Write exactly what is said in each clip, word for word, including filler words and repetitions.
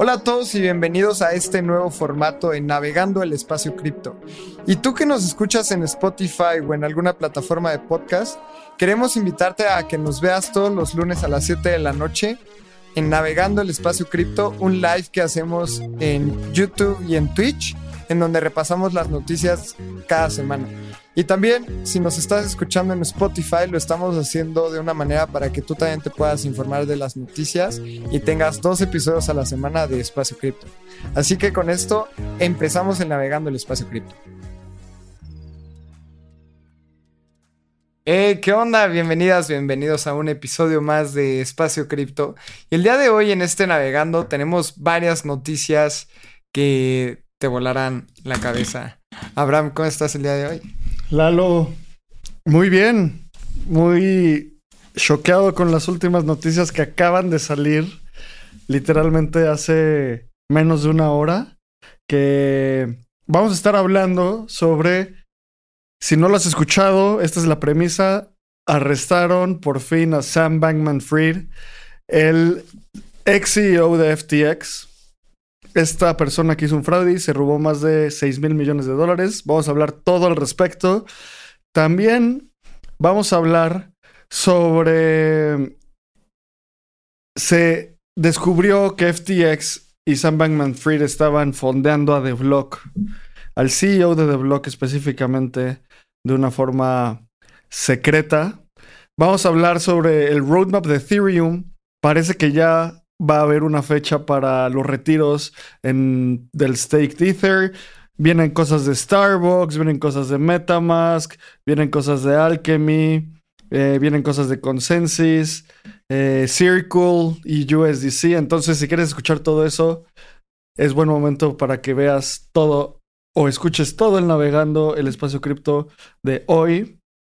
Hola a todos y bienvenidos a este nuevo formato en Navegando el Espacio Cripto. Y tú que nos escuchas en Spotify o en alguna plataforma de podcast, queremos invitarte a que nos veas todos los lunes a las siete de la noche en Navegando el Espacio Cripto, un live que hacemos en YouTube y en Twitch, en donde repasamos las noticias cada semana. Y también, si nos estás escuchando en Spotify, lo estamos haciendo de una manera para que tú también te puedas informar de las noticias y tengas dos episodios a la semana de Espacio Cripto. Así que con esto empezamos el Navegando el Espacio Cripto. Eh, ¿qué onda? Bienvenidas, bienvenidos a un episodio más de Espacio Cripto. Y el día de hoy en este Navegando tenemos varias noticias que te volarán la cabeza. Abraham, ¿cómo estás el día de hoy? Lalo, muy bien, muy choqueado con las últimas noticias que acaban de salir literalmente hace menos de una hora, que vamos a estar hablando sobre, si no lo has escuchado, esta es la premisa: arrestaron por fin a Sam Bankman-Fried, el ex C E O de F T X. Esta persona que hizo un fraude y se robó más de seis mil millones de dólares. Vamos a hablar todo al respecto. También vamos a hablar sobre... Se descubrió que F T X y Sam Bankman-Fried estaban fondeando a The Block, al C E O de The Block específicamente, de una forma secreta. Vamos a hablar sobre el roadmap de Ethereum. Parece que ya va a haber una fecha para los retiros en, del staked Ether. Vienen cosas de Starbucks, vienen cosas de MetaMask, vienen cosas de Alchemy, eh, vienen cosas de Consensus, eh, Circle y U S D C. Entonces, si quieres escuchar todo eso, es buen momento para que veas todo o escuches todo el Navegando el Espacio Cripto de hoy.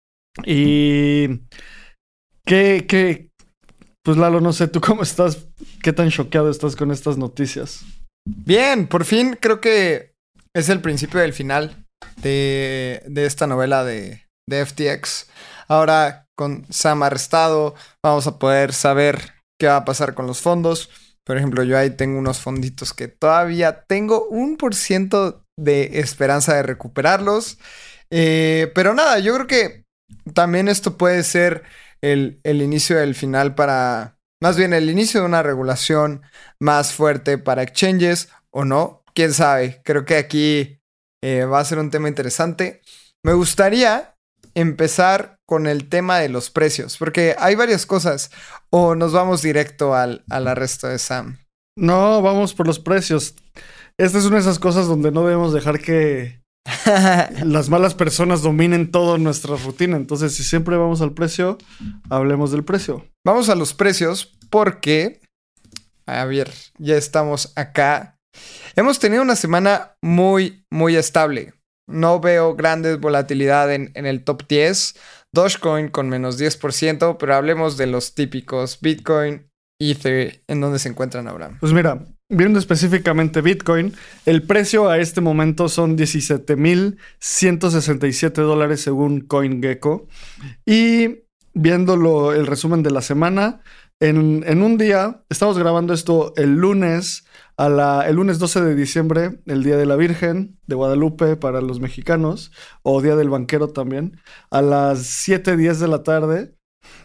Y... ¿Qué, qué? Pues Lalo, no sé, ¿tú cómo estás? ¿Qué tan choqueado estás con estas noticias? Bien, por fin creo que es el principio del final de, de esta novela de, de F T X. Ahora, con Sam arrestado, vamos a poder saber qué va a pasar con los fondos. Por ejemplo, yo ahí tengo unos fonditos que todavía tengo un por ciento de esperanza de recuperarlos. Eh, pero nada, yo creo que también esto puede ser El, el inicio del final para... Más bien el inicio de una regulación más fuerte para exchanges o no. Quién sabe. Creo que aquí eh, va a ser un tema interesante. Me gustaría empezar con el tema de los precios, porque hay varias cosas. O nos vamos directo al, al arresto de Sam. No, vamos por los precios. Esta es una de esas cosas donde no debemos dejar que las malas personas dominen toda nuestra rutina. Entonces, si siempre vamos al precio, hablemos del precio. Vamos a los precios porque, a ver, ya estamos acá. Hemos tenido una semana muy, muy estable. No veo grandes volatilidad en, en el top diez. Dogecoin con menos diez por ciento, pero hablemos de los típicos Bitcoin, Ether, ¿en dónde se encuentran ahora? Pues mira, viendo específicamente Bitcoin, el precio a este momento son diecisiete mil ciento sesenta y siete dólares según CoinGecko. Y viéndolo el resumen de la semana, en, en un día, estamos grabando esto el lunes, a la, el lunes doce de diciembre, el Día de la Virgen de Guadalupe para los mexicanos, o Día del Banquero también, a las siete diez de la tarde.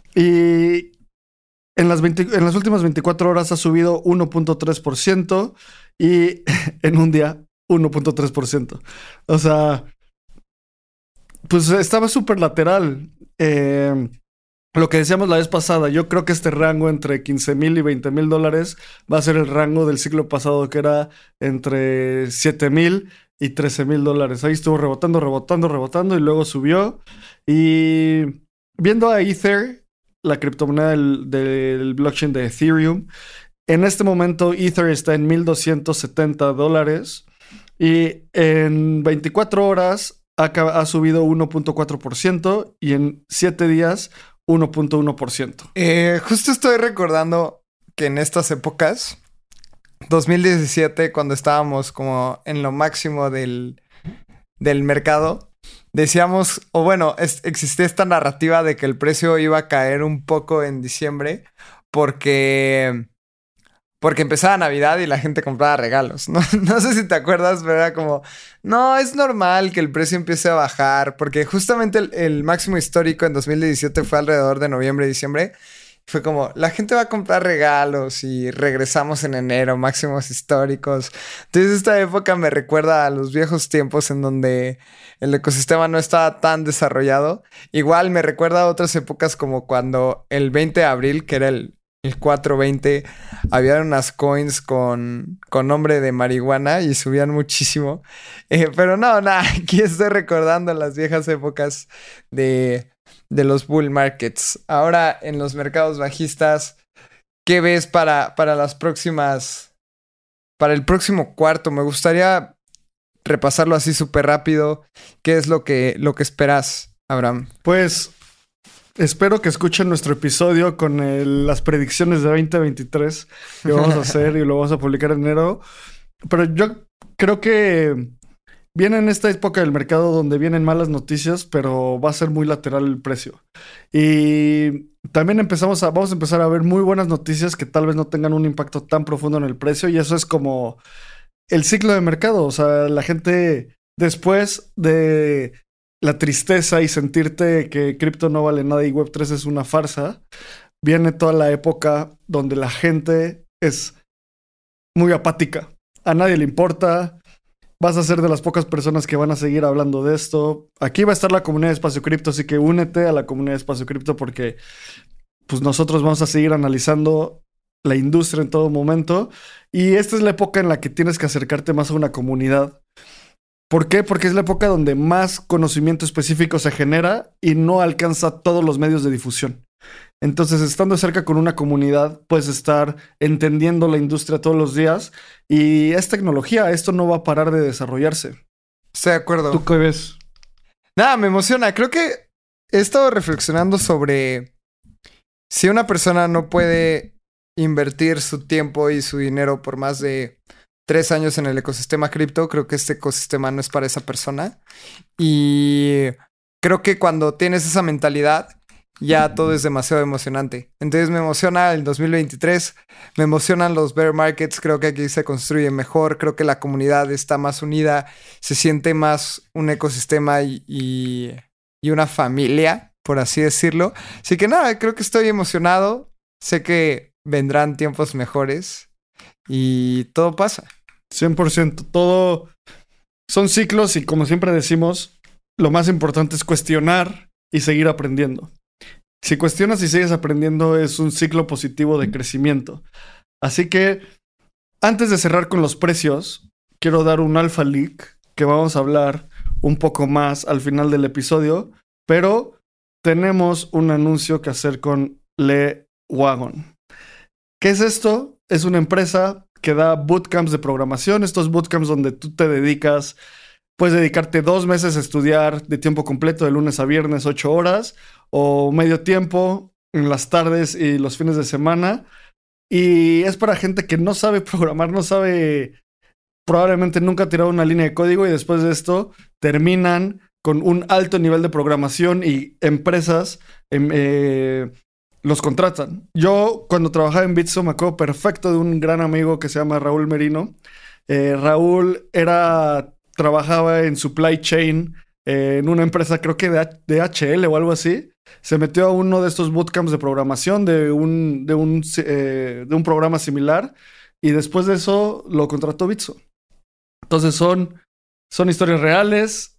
Y En las, veinte, en las últimas veinticuatro horas ha subido uno punto tres por ciento y en un día uno punto tres por ciento. O sea, pues estaba súper lateral. Eh, lo que decíamos la vez pasada, yo creo que este rango entre quince mil y veinte mil dólares va a ser el rango del ciclo pasado, que era entre siete mil y trece mil dólares. Ahí estuvo rebotando, rebotando, rebotando y luego subió. Y viendo a Ether, la criptomoneda del, del blockchain de Ethereum, en este momento Ether está en mil doscientos setenta dólares y en veinticuatro horas ha, ha subido uno punto cuatro por ciento y en siete días uno punto uno por ciento. Eh, justo estoy recordando que en estas épocas, dos mil diecisiete, cuando estábamos como en lo máximo del, del mercado, decíamos, o bueno, es, existía esta narrativa de que el precio iba a caer un poco en diciembre porque porque empezaba Navidad y la gente compraba regalos. No, no sé si te acuerdas, pero era como, no, es normal que el precio empiece a bajar, porque justamente el, el máximo histórico en dos mil diecisiete fue alrededor de noviembre y diciembre. Fue como, la gente va a comprar regalos y regresamos en enero, máximos históricos. Entonces esta época me recuerda a los viejos tiempos en donde el ecosistema no estaba tan desarrollado. Igual me recuerda a otras épocas como cuando el veinte de abril, que era el, el cuatro veinte, había unas coins con, con nombre de marihuana y subían muchísimo. Eh, pero no, nada, aquí estoy recordando las viejas épocas de... de los bull markets. Ahora, en los mercados bajistas, ¿qué ves para, para las próximas... para el próximo cuarto? Me gustaría repasarlo así súper rápido. ¿Qué es lo que, lo que esperas, Abraham? Pues espero que escuchen nuestro episodio con el, las predicciones de veinte veintitrés que vamos a hacer y lo vamos a publicar en enero. Pero yo creo que viene en esta época del mercado donde vienen malas noticias, pero va a ser muy lateral el precio. Y también empezamos a, vamos a empezar a ver muy buenas noticias que tal vez no tengan un impacto tan profundo en el precio. Y eso es como el ciclo de mercado. O sea, la gente después de la tristeza y sentirte que cripto no vale nada y web tres es una farsa, viene toda la época donde la gente es muy apática. A nadie le importa. Vas a ser de las pocas personas que van a seguir hablando de esto. Aquí va a estar la comunidad de Espacio Cripto, así que únete a la comunidad de Espacio Cripto porque pues nosotros vamos a seguir analizando la industria en todo momento. Y esta es la época en la que tienes que acercarte más a una comunidad. ¿Por qué? Porque es la época donde más conocimiento específico se genera y no alcanza todos los medios de difusión. Entonces, estando cerca con una comunidad, puedes estar entendiendo la industria todos los días y es tecnología, esto no va a parar de desarrollarse. Estoy de acuerdo. ¿Tú qué ves? Nada, me emociona. Creo que he estado reflexionando sobre si una persona no puede invertir su tiempo y su dinero por más de tres años en el ecosistema cripto, creo que este ecosistema no es para esa persona. Y creo que cuando tienes esa mentalidad, ya todo es demasiado emocionante. Entonces me emociona el dos mil veintitrés, me emocionan los bear markets, creo que aquí se construye mejor, creo que la comunidad está más unida, se siente más un ecosistema y, y, y una familia, por así decirlo. Así que nada, creo que estoy emocionado, sé que vendrán tiempos mejores y todo pasa. cien por ciento, todo son ciclos y como siempre decimos, lo más importante es cuestionar y seguir aprendiendo. Si cuestionas y sigues aprendiendo, es un ciclo positivo de crecimiento. Así que, antes de cerrar con los precios, quiero dar un alpha leak que vamos a hablar un poco más al final del episodio, pero tenemos un anuncio que hacer con LeWagon. ¿Qué es esto? Es una empresa que da bootcamps de programación, estos bootcamps donde tú te dedicas, puedes dedicarte dos meses a estudiar de tiempo completo de lunes a viernes, ocho horas, o medio tiempo en las tardes y los fines de semana. Y es para gente que no sabe programar, no sabe, probablemente nunca ha tirado una línea de código y después de esto terminan con un alto nivel de programación y empresas eh, los contratan. Yo cuando trabajaba en Bitso me acuerdo perfecto de un gran amigo que se llama Raúl Merino. Eh, Raúl era, trabajaba en supply chain eh, en una empresa creo que de, de H L o algo así. Se metió a uno de estos bootcamps de programación de un, de un, eh, de un programa similar y después de eso lo contrató Bitso. Entonces son, son historias reales.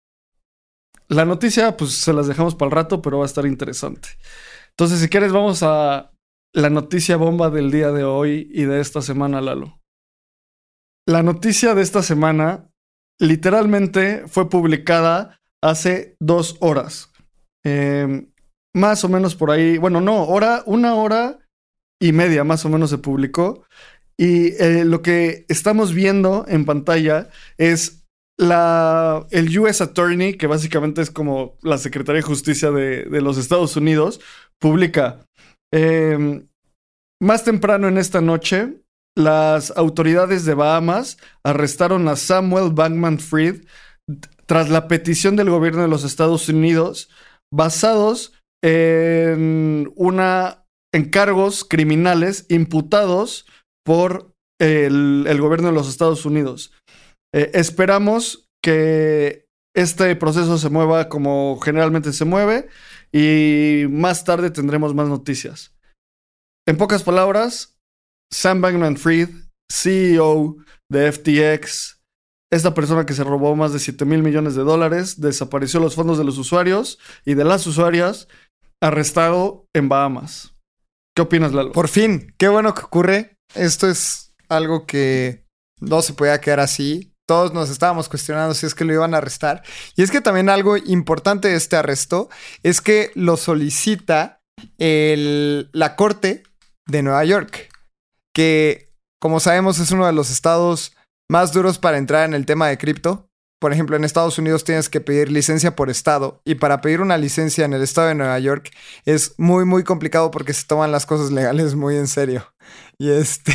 La noticia pues se las dejamos para el rato, pero va a estar interesante. Entonces si quieres vamos a la noticia bomba del día de hoy y de esta semana, Lalo. La noticia de esta semana literalmente fue publicada hace dos horas. Eh, más o menos por ahí, bueno, no, hora, una hora y media más o menos se publicó. Y eh, lo que estamos viendo en pantalla es la, el U S Attorney, que básicamente es como la Secretaría de Justicia de, de los Estados Unidos, publica. Eh, más temprano en esta noche, las autoridades de Bahamas arrestaron a Samuel Bankman-Fried tras la petición del gobierno de los Estados Unidos basados en una encargos criminales imputados por el, el gobierno de los Estados Unidos. Eh, esperamos que este proceso se mueva como generalmente se mueve y más tarde tendremos más noticias. En pocas palabras, Sam Bankman-Fried, C E O de F T X, esta persona que se robó más de siete mil millones de dólares, desapareció los fondos de los usuarios y de las usuarias, arrestado en Bahamas. ¿Qué opinas, Lalo? Por fin, qué bueno que ocurre. Esto es algo que no se podía quedar así. Todos nos estábamos cuestionando si es que lo iban a arrestar. Y es que también algo importante de este arresto es que lo solicita el, la Corte de Nueva York, que, como sabemos, es uno de los estados más duros para entrar en el tema de cripto. Por ejemplo, en Estados Unidos tienes que pedir licencia por estado, y para pedir una licencia en el estado de Nueva York es muy, muy complicado porque se toman las cosas legales muy en serio. Y este...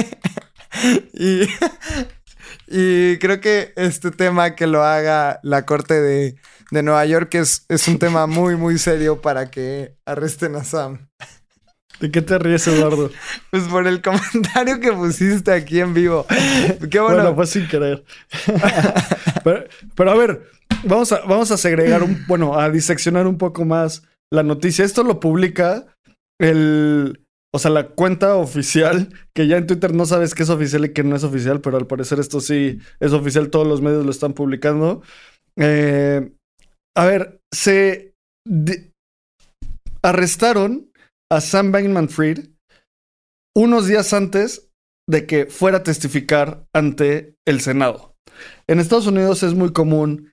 y... Y creo que este tema que lo haga la Corte de, de Nueva York es, es un tema muy, muy serio para que arresten a Sam. ¿De qué te ríes, Eduardo? Pues por el comentario que pusiste aquí en vivo. Qué bueno. Bueno, fue sin querer. pero, pero a ver, vamos a, vamos a segregar un... Bueno, a diseccionar un poco más la noticia. Esto lo publica el... O sea, la cuenta oficial, que ya en Twitter no sabes qué es oficial y qué no es oficial, pero al parecer esto sí es oficial, todos los medios lo están publicando. Eh, a ver, se de- arrestaron a Sam Bankman-Fried unos días antes de que fuera a testificar ante el Senado. En Estados Unidos es muy común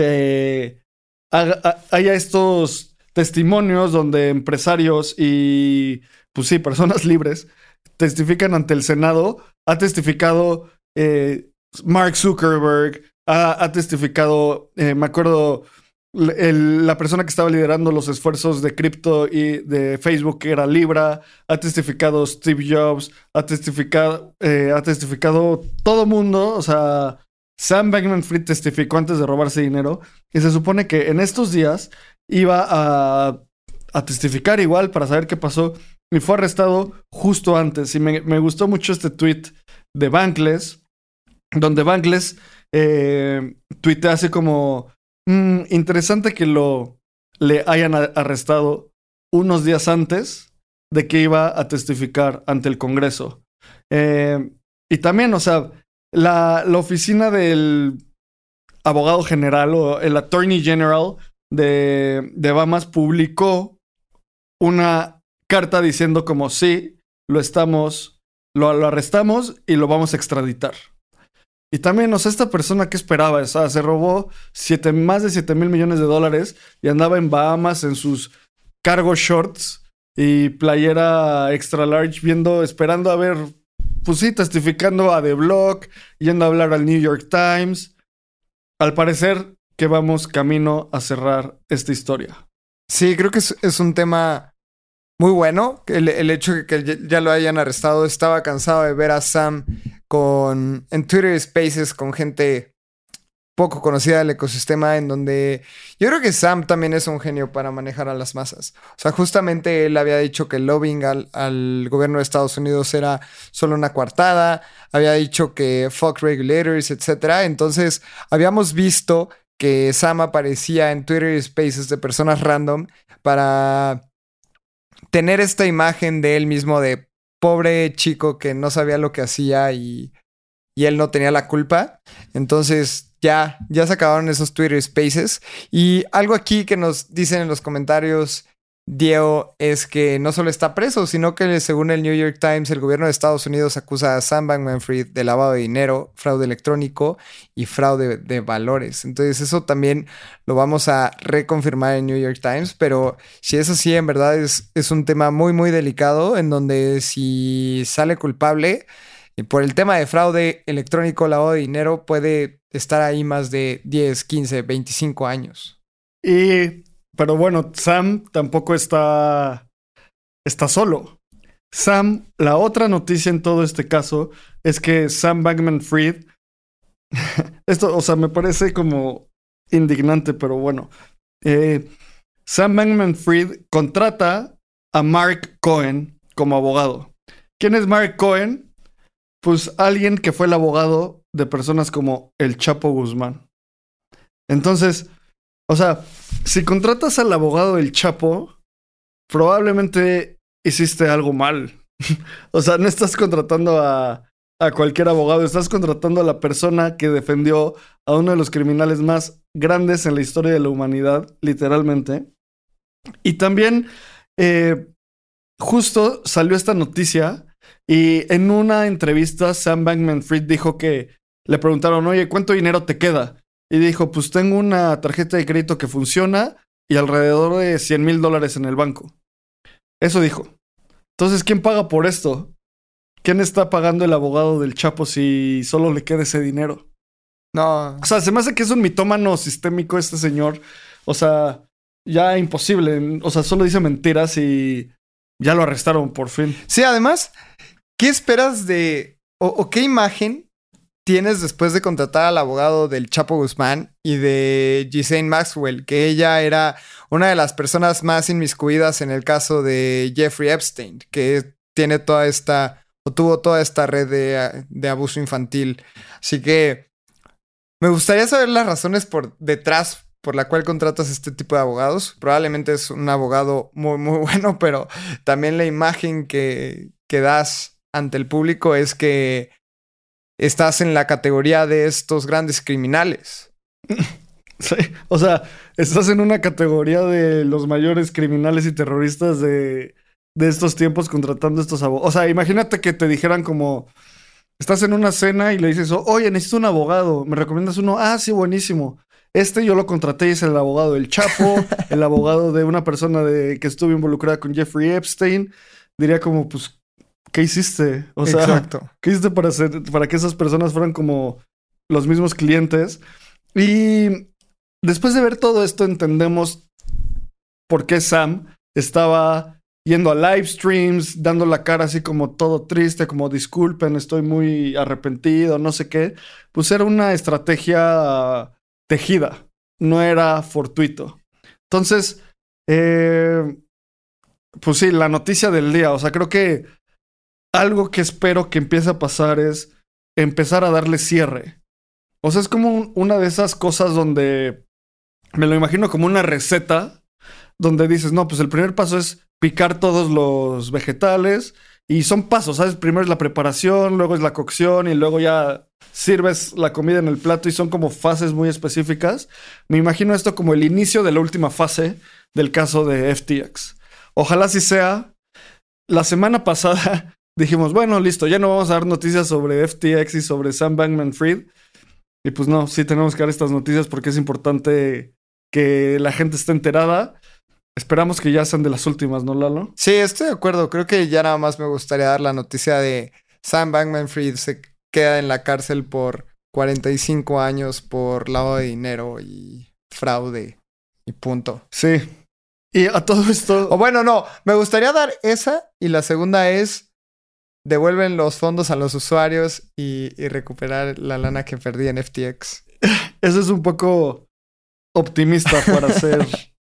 que haga, haya estos testimonios donde empresarios y... pues sí, personas libres, testifican ante el Senado. Ha testificado eh, Mark Zuckerberg, ha, ha testificado, eh, me acuerdo, el, la persona que estaba liderando los esfuerzos de cripto y de Facebook, que era Libra, ha testificado Steve Jobs, ha testificado, eh, ha testificado todo mundo. O sea, Sam Bankman-Fried testificó antes de robarse dinero y se supone que en estos días iba a, a testificar igual para saber qué pasó. Y fue arrestado justo antes. Y me, me gustó mucho este tweet de Bankless, donde Bankless eh, tuitea así como... Mmm, interesante que lo le hayan a- arrestado unos días antes de que iba a testificar ante el Congreso. Eh, y también, o sea, la, la oficina del abogado general o el Attorney General de, de Bahamas publicó una carta diciendo como sí, lo estamos, lo, lo arrestamos y lo vamos a extraditar. Y también, o sea, esta persona, ¿qué esperaba? O sea, se robó siete, más de siete mil millones de dólares y andaba en Bahamas en sus cargo shorts y playera extra large, viendo, esperando a ver, pues sí, testificando a The Block, yendo a hablar al New York Times. Al parecer que vamos camino a cerrar esta historia. Sí, creo que es, es un tema muy bueno. El, el hecho de que ya lo hayan arrestado. Estaba cansado de ver a Sam con, en Twitter Spaces con gente poco conocida del ecosistema, en donde yo creo que Sam también es un genio para manejar a las masas. O sea, justamente él había dicho que el lobbying al, al gobierno de Estados Unidos era solo una coartada. Había dicho que fuck regulators, etcétera. Entonces, habíamos visto que Sam aparecía en Twitter Spaces de personas random para tener esta imagen de él mismo de pobre chico que no sabía lo que hacía y, y él no tenía la culpa. Entonces ya, ya se acabaron esos Twitter Spaces. Y algo aquí que nos dicen en los comentarios, Diego, es que no solo está preso, sino que según el New York Times, el gobierno de Estados Unidos acusa a Sam Bankman-Fried de lavado de dinero, fraude electrónico y fraude de valores. Entonces eso también lo vamos a reconfirmar en New York Times, pero si es así, en verdad es, es un tema muy, muy delicado, en donde si sale culpable y por el tema de fraude electrónico, lavado de dinero, puede estar ahí más de diez, quince, veinticinco años. Y... Pero bueno, Sam tampoco está, está solo. Sam, la otra noticia en todo este caso es que Sam Bankman-Fried, esto, o sea, me parece como indignante, pero bueno. Eh, Sam Bankman-Fried contrata a Mark Cohen como abogado. ¿Quién es Mark Cohen? Pues alguien que fue el abogado de personas como el Chapo Guzmán. Entonces, o sea, si contratas al abogado del Chapo, probablemente hiciste algo mal. O sea, no estás contratando a, a cualquier abogado, estás contratando a la persona que defendió a uno de los criminales más grandes en la historia de la humanidad, literalmente. Y también, eh, justo salió esta noticia y en una entrevista Sam Bankman-Fried dijo que le preguntaron, oye, ¿cuánto dinero te queda? Y dijo, pues tengo una tarjeta de crédito que funciona y alrededor de cien mil dólares en el banco. Eso dijo. Entonces, ¿quién paga por esto? ¿Quién está pagando el abogado del Chapo si solo le queda ese dinero? No. O sea, se me hace que es un mitómano sistémico este señor. O sea, ya imposible. O sea, solo dice mentiras y ya lo arrestaron por fin. Sí, además, ¿qué esperas de... o, o qué imagen tienes después de contratar al abogado del Chapo Guzmán y de Ghislaine Maxwell, que ella era una de las personas más inmiscuidas en el caso de Jeffrey Epstein, que tiene toda esta, o tuvo toda esta red de, de abuso infantil? Así que me gustaría saber las razones por detrás por la cual contratas este tipo de abogados. Probablemente es un abogado muy, muy bueno, pero también la imagen que, que das ante el público es que estás en la categoría de estos grandes criminales. Sí, o sea, estás en una categoría de los mayores criminales y terroristas de, de estos tiempos contratando estos abogados. O sea, imagínate que te dijeran como... Estás en una cena y le dices, oye, necesito un abogado. ¿Me recomiendas uno? Ah, sí, buenísimo. Este yo lo contraté y es el abogado del Chapo, el abogado de una persona de, que estuvo involucrada con Jeffrey Epstein. Diría como, pues, ¿qué hiciste? O sea, exacto. ¿Qué hiciste para hacer, para que esas personas fueran como los mismos clientes? Y después de ver todo esto, entendemos por qué Sam estaba yendo a live streams, dando la cara así como todo triste, como disculpen, estoy muy arrepentido, no sé qué. Pues era una estrategia tejida, no era fortuito. Entonces, eh, pues sí, la noticia del día, o sea, creo que algo que espero que empiece a pasar es empezar a darle cierre. O sea, es como un, una de esas cosas donde me lo imagino como una receta donde dices, no, pues el primer paso es picar todos los vegetales y son pasos, ¿sabes? Primero es la preparación, luego es la cocción y luego ya sirves la comida en el plato y son como fases muy específicas. Me imagino esto como el inicio de la última fase del caso de F T X. Ojalá así sea. La semana pasada dijimos, bueno, listo, ya no vamos a dar noticias sobre F T X y sobre Sam Bankman-Fried. Y pues no, sí tenemos que dar estas noticias porque es importante que la gente esté enterada. Esperamos que ya sean de las últimas, ¿no, Lalo? Sí, estoy de acuerdo. Creo que ya nada más me gustaría dar la noticia de Sam Bankman-Fried se queda en la cárcel por cuarenta y cinco años por lavado de dinero y fraude y punto. Sí. Y a todo esto... O bueno, no, me gustaría dar esa y la segunda es devuelven los fondos a los usuarios y, y recuperar la lana que perdí en F T X. Eso es un poco optimista para ser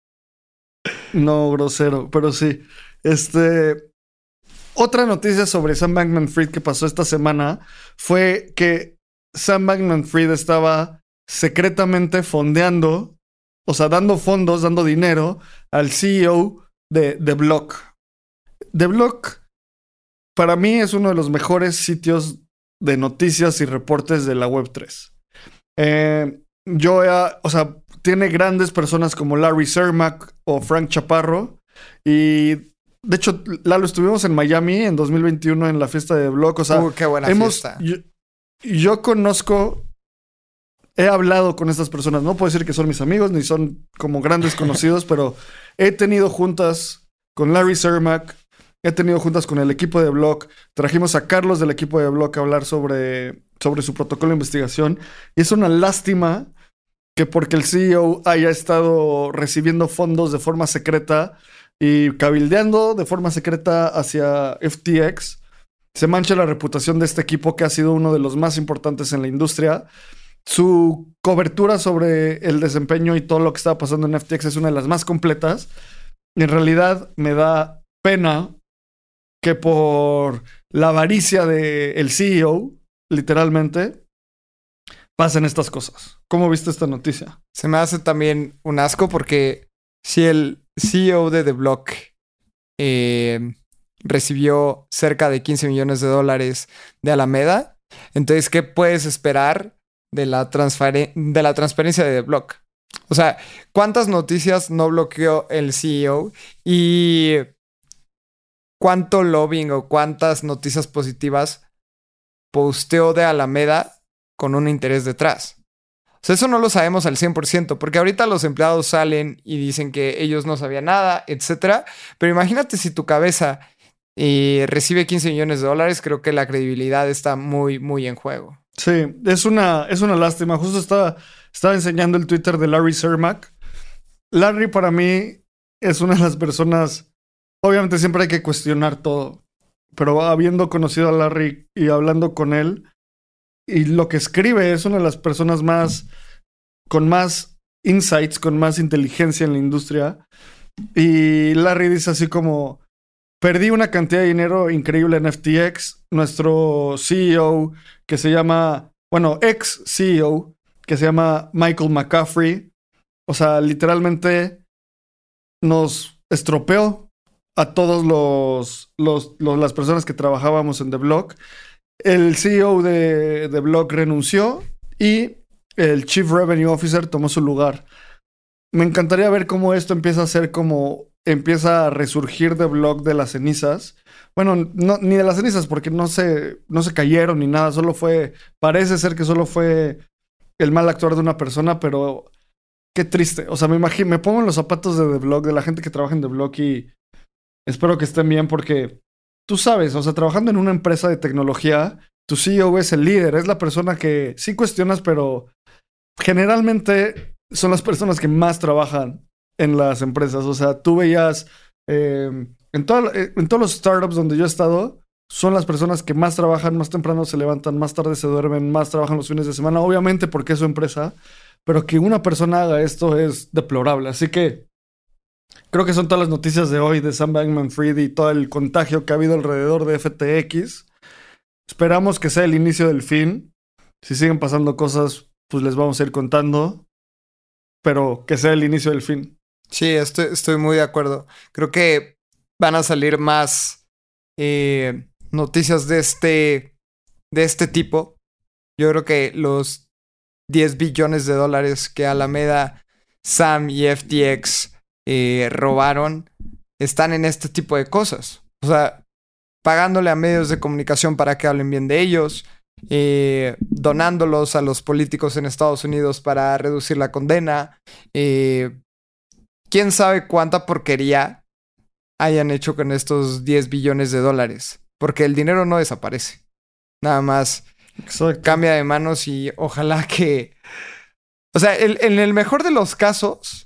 no grosero, pero sí. Este... Otra noticia sobre Sam Bankman-Fried que pasó esta semana fue que Sam Bankman-Fried estaba secretamente fondeando, o sea, dando fondos, dando dinero al C E O de The Block. The Block, para mí, es uno de los mejores sitios de noticias y reportes de la web tres. Eh, yo, eh, o sea, tiene grandes personas como Larry Cermak o Frank Chaparro. Y, de hecho, Lalo, estuvimos en Miami en dos mil veintiuno en la fiesta de The Block. O sea, uh, qué buena hemos, fiesta. Yo, yo conozco... He hablado con estas personas, no puedo decir que son mis amigos ni son como grandes conocidos, pero he tenido juntas con Larry Cermak, he tenido juntas con el equipo de Block, trajimos a Carlos del equipo de Block a hablar sobre, sobre su protocolo de investigación y es una lástima que porque el C E O haya estado recibiendo fondos de forma secreta y cabildeando de forma secreta hacia F T X, se manche la reputación de este equipo que ha sido uno de los más importantes en la industria. Su cobertura sobre el desempeño y todo lo que estaba pasando en F T X es una de las más completas. Y en realidad me da pena que por la avaricia del C E O, literalmente, pasen estas cosas. ¿Cómo viste esta noticia? Se me hace también un asco porque si el C E O de The Block eh, recibió cerca de quince millones de dólares de Alameda, entonces, ¿qué puedes esperar de la, transferen- de la transparencia de The Block? O sea, ¿cuántas noticias no bloqueó el C E O? Y cuánto lobbying o cuántas noticias positivas posteó de Alameda con un interés detrás. O sea, eso no lo sabemos al cien por ciento, porque ahorita los empleados salen y dicen que ellos no sabían nada, etcétera. Pero imagínate si tu cabeza eh, recibe quince millones de dólares, creo que la credibilidad está muy, muy en juego. Sí, es una, es una lástima. Justo estaba, estaba enseñando el Twitter de Larry Cermak. Larry para mí es una de las personas... Obviamente siempre hay que cuestionar todo, pero habiendo conocido a Larry y hablando con él, y lo que escribe es una de las personas más, con más insights, con más inteligencia en la industria. Y Larry dice así como, perdí una cantidad de dinero increíble en F T X. Nuestro C E O, que se llama, bueno, ex C E O, que se llama Michael McCaffrey, o sea, literalmente nos estropeó a todos los, los, los, las personas que trabajábamos en The Block. El C E O de The Block renunció y el Chief Revenue Officer tomó su lugar. Me encantaría ver cómo esto empieza a ser como... Empieza a resurgir The Block de las cenizas. Bueno, no, ni de las cenizas porque no se, no se cayeron ni nada. Solo fue... Parece ser que solo fue el mal actuar de una persona, pero... Qué triste. O sea, me imagino... Me pongo en los zapatos de The Block, de la gente que trabaja en The Block y... Espero que estén bien porque tú sabes, o sea, trabajando en una empresa de tecnología, tu C E O es el líder, es la persona que sí cuestionas, pero generalmente son las personas que más trabajan en las empresas. O sea, tú veías eh, en, toda, en todos los startups donde yo he estado, son las personas que más trabajan, más temprano se levantan, más tarde se duermen, más trabajan los fines de semana, obviamente porque es su empresa, pero que una persona haga esto es deplorable. Así que creo que son todas las noticias de hoy de Sam Bankman-Fried y todo el contagio que ha habido alrededor de F T X. Esperamos que sea el inicio del fin. Si siguen pasando cosas, pues les vamos a ir contando. Pero que sea el inicio del fin. Sí, estoy, estoy muy de acuerdo. Creo que van a salir más eh, noticias de este, de este tipo. Yo creo que los diez billones de dólares que Alameda, Sam y F T X Eh, robaron, están en este tipo de cosas. O sea, pagándole a medios de comunicación para que hablen bien de ellos, eh, donándolos a los políticos en Estados Unidos para reducir la condena. Eh, ¿Quién sabe cuánta porquería hayan hecho con estos diez billones de dólares? Porque el dinero no desaparece. Nada más Exacto. Cambia de manos y ojalá que... O sea, el, en el mejor de los casos...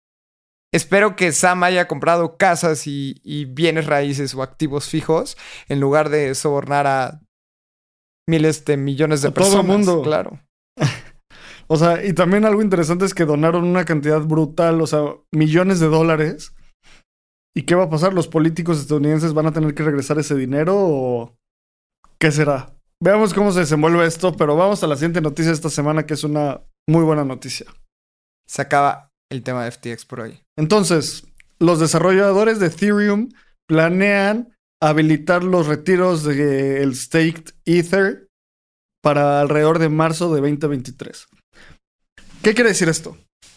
Espero que Sam haya comprado casas y, y bienes raíces o activos fijos en lugar de sobornar a miles de millones de a personas. Todo el mundo. Claro. O sea, y también algo interesante es que donaron una cantidad brutal, o sea, millones de dólares. ¿Y qué va a pasar? ¿Los políticos estadounidenses van a tener que regresar ese dinero o qué será? Veamos cómo se desenvuelve esto, pero vamos a la siguiente noticia de esta semana, que es una muy buena noticia. Se acaba el tema de F T X por hoy. Entonces, los desarrolladores de Ethereum planean habilitar los retiros del Staked Ether para alrededor de marzo de veinte veintitrés. ¿Qué quiere decir esto?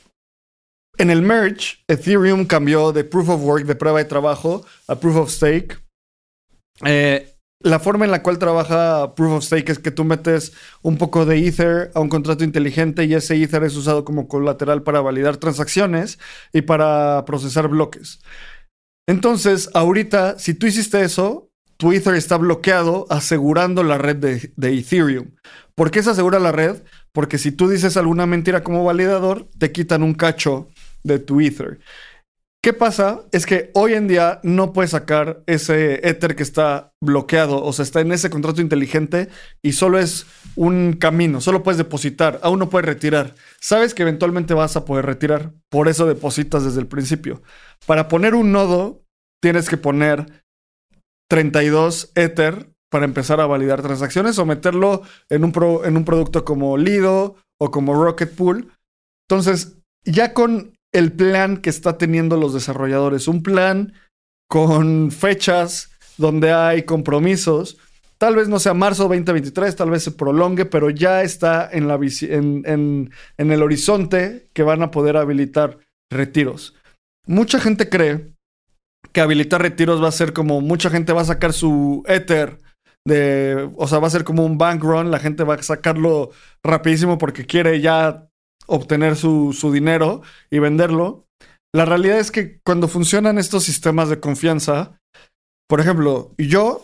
En el merge, Ethereum cambió de Proof of Work, de prueba de trabajo, a Proof of Stake. Eh, la forma en la cual trabaja Proof of Stake es que tú metes un poco de Ether a un contrato inteligente y ese Ether es usado como colateral para validar transacciones y para procesar bloques. Entonces, ahorita, si tú hiciste eso, tu Ether está bloqueado asegurando la red de, de Ethereum. ¿Por qué se asegura la red? Porque si tú dices alguna mentira como validador, te quitan un cacho de tu Ether. ¿Qué pasa? Es que hoy en día no puedes sacar ese Ether que está bloqueado, o sea, está en ese contrato inteligente y solo es un camino, solo puedes depositar, aún no puedes retirar. Sabes que eventualmente vas a poder retirar, por eso depositas desde el principio. Para poner un nodo, tienes que poner treinta y dos Ether para empezar a validar transacciones o meterlo en un, pro, en un producto como Lido o como Rocket Pool. Entonces, ya con el plan que está teniendo los desarrolladores, un plan con fechas donde hay compromisos, tal vez no sea marzo veinte veintitrés, tal vez se prolongue, pero ya está en, la en, en, en el horizonte que van a poder habilitar retiros. Mucha gente cree que habilitar retiros va a ser como mucha gente va a sacar su Ether de, o sea, va a ser como un bank run, la gente va a sacarlo rapidísimo porque quiere ya obtener su, su dinero y venderlo. La realidad es que cuando funcionan estos sistemas de confianza, por ejemplo, yo,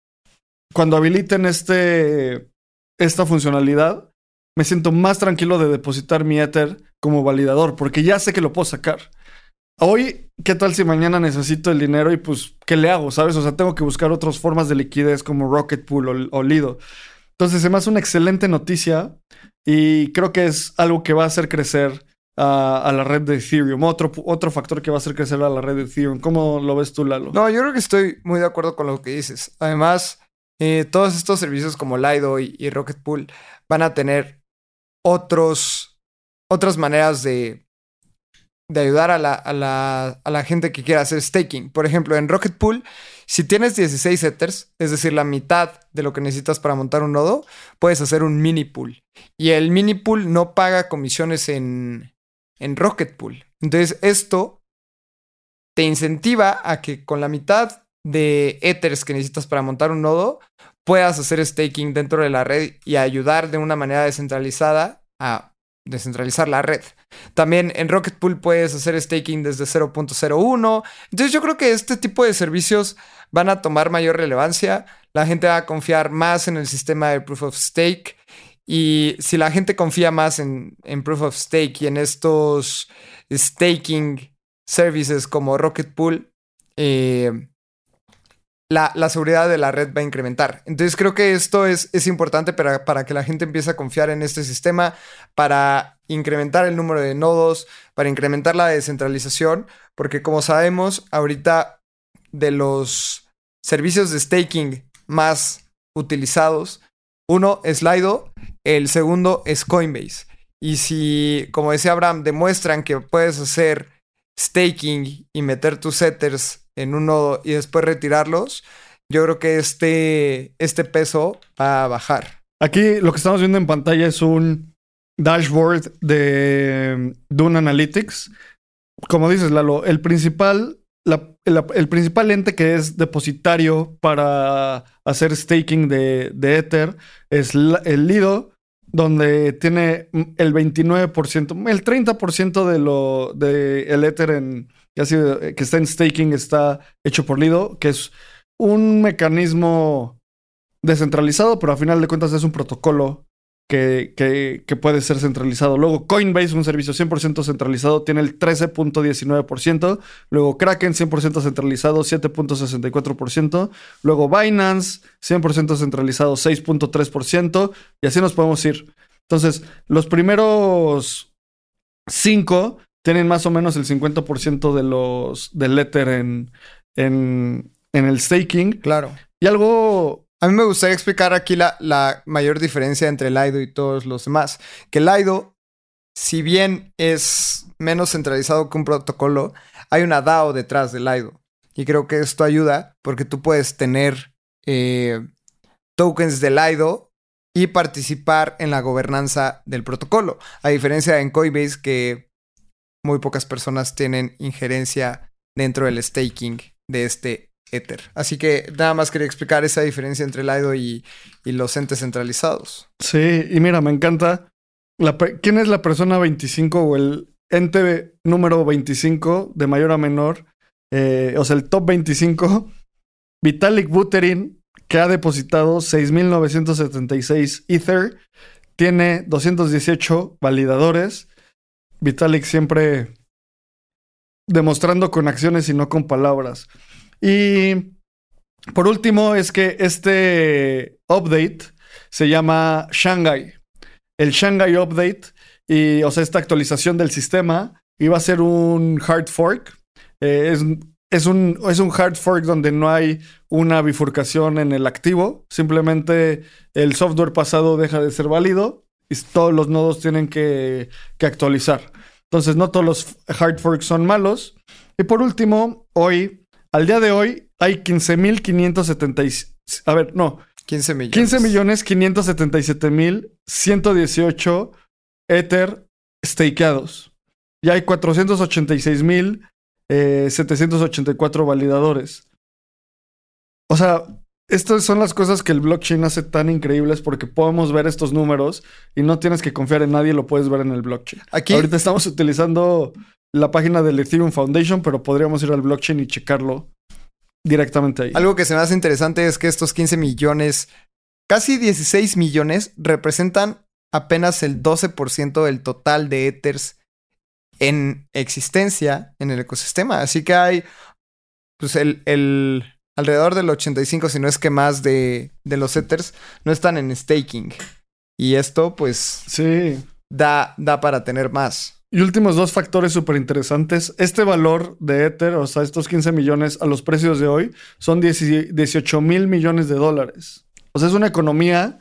cuando habiliten este, esta funcionalidad, me siento más tranquilo de depositar mi Ether como validador, porque ya sé que lo puedo sacar. Hoy, ¿qué tal si mañana necesito el dinero y pues, ¿qué le hago? ¿Sabes? O sea, tengo que buscar otras formas de liquidez como Rocket Pool o, o Lido. Entonces, se me hace una excelente noticia y creo que es algo que va a hacer crecer uh, a la red de Ethereum. Otro, otro factor que va a hacer crecer a la red de Ethereum. ¿Cómo lo ves tú, Lalo? No, yo creo que estoy muy de acuerdo con lo que dices. Además, eh, todos estos servicios como Lido y, y Rocket Pool van a tener otros, otras maneras de... de ayudar a la, a, la, a la gente que quiera hacer staking. Por ejemplo, en Rocket Pool, si tienes dieciséis Ethers, es decir, la mitad de lo que necesitas para montar un nodo, puedes hacer un mini pool. Y el mini pool no paga comisiones en, en Rocket Pool. Entonces, esto te incentiva a que con la mitad de Ethers que necesitas para montar un nodo, puedas hacer staking dentro de la red y ayudar de una manera descentralizada a descentralizar la red. También en Rocket Pool puedes hacer staking desde cero punto cero uno. Entonces yo creo que este tipo de servicios van a tomar mayor relevancia. La gente va a confiar más en el sistema de Proof of Stake. Y si la gente confía más en, en Proof of Stake y en estos staking services como Rocket Pool, eh, La, la seguridad de la red va a incrementar. Entonces creo que esto es, es importante para, para que la gente empiece a confiar en este sistema, para incrementar el número de nodos, para incrementar la descentralización, porque como sabemos, ahorita de los servicios de staking más utilizados, uno es Lido, el segundo es Coinbase. Y si, como decía Abraham, demuestran que puedes hacer staking y meter tus Ethers en un nodo y después retirarlos, yo creo que este, este peso va a bajar. Aquí lo que estamos viendo en pantalla es un dashboard de Dune Analytics. Como dices, Lalo, el principal, la, el, el principal ente que es depositario para hacer staking de, de Ether es la, el Lido, donde tiene el veintinueve por ciento, el treinta por ciento de lo de el Ether en, que, ha sido, que está en staking está hecho por Lido, que es un mecanismo descentralizado, pero a final de cuentas es un protocolo que, que, que puede ser centralizado. Luego Coinbase, un servicio cien por ciento centralizado, tiene el trece punto diecinueve por ciento. Luego Kraken, cien por ciento centralizado, siete punto sesenta y cuatro por ciento. Luego Binance, cien por ciento centralizado, seis punto tres por ciento. Y así nos podemos ir. Entonces, los primeros cinco tienen más o menos el cincuenta por ciento de los del Ether en, en, en el staking. Claro. Y algo... A mí me gustaría explicar aquí la, la mayor diferencia entre Lido y todos los demás. Que Lido, si bien es menos centralizado que un protocolo, hay una DAO detrás de Lido. Y creo que esto ayuda porque tú puedes tener eh, tokens de Lido y participar en la gobernanza del protocolo. A diferencia de en Coinbase, que muy pocas personas tienen injerencia dentro del staking de este Ether. Así que nada más quería explicar esa diferencia entre Lido y, y los entes centralizados. Sí, y mira, me encanta. La, ¿Quién es la persona veinticinco o el ente número veinticinco de mayor a menor? Eh, o sea, el top veinticinco. Vitalik Buterin, que ha depositado seis mil novecientos setenta y seis Ether. Tiene doscientos dieciocho validadores. Vitalik siempre demostrando con acciones y no con palabras. Y por último es que este update se llama Shanghai. El Shanghai Update, y, o sea, esta actualización del sistema iba a ser un hard fork. Eh, es es un, es un hard fork donde no hay una bifurcación en el activo. Simplemente el software pasado deja de ser válido y todos los nodos tienen que, que actualizar. Entonces, no todos los hard forks son malos. Y por último, hoy, al día de hoy, hay quince mil quinientos setenta y... A ver, no. quince millones. quince millones quinientos setenta y siete mil ciento dieciocho Ether stakeados. Y hay cuatrocientos ochenta y seis mil setecientos ochenta y cuatro validadores. O sea, estas son las cosas que el blockchain hace tan increíbles porque podemos ver estos números y no tienes que confiar en nadie, lo puedes ver en el blockchain. Aquí ahorita estamos utilizando la página del Ethereum Foundation, pero podríamos ir al blockchain y checarlo directamente ahí. Algo que se me hace interesante es que estos quince millones, casi dieciséis millones, representan apenas el doce por ciento del total de Ethers en existencia en el ecosistema. Así que hay pues el, el alrededor del ochenta y cinco, si no es que más de, de los Ethers no están en staking. Y esto pues sí da, da para tener más. Y últimos dos factores súper interesantes. Este valor de Ether, o sea, estos quince millones a los precios de hoy, son dieciocho mil millones de dólares. O sea, es una economía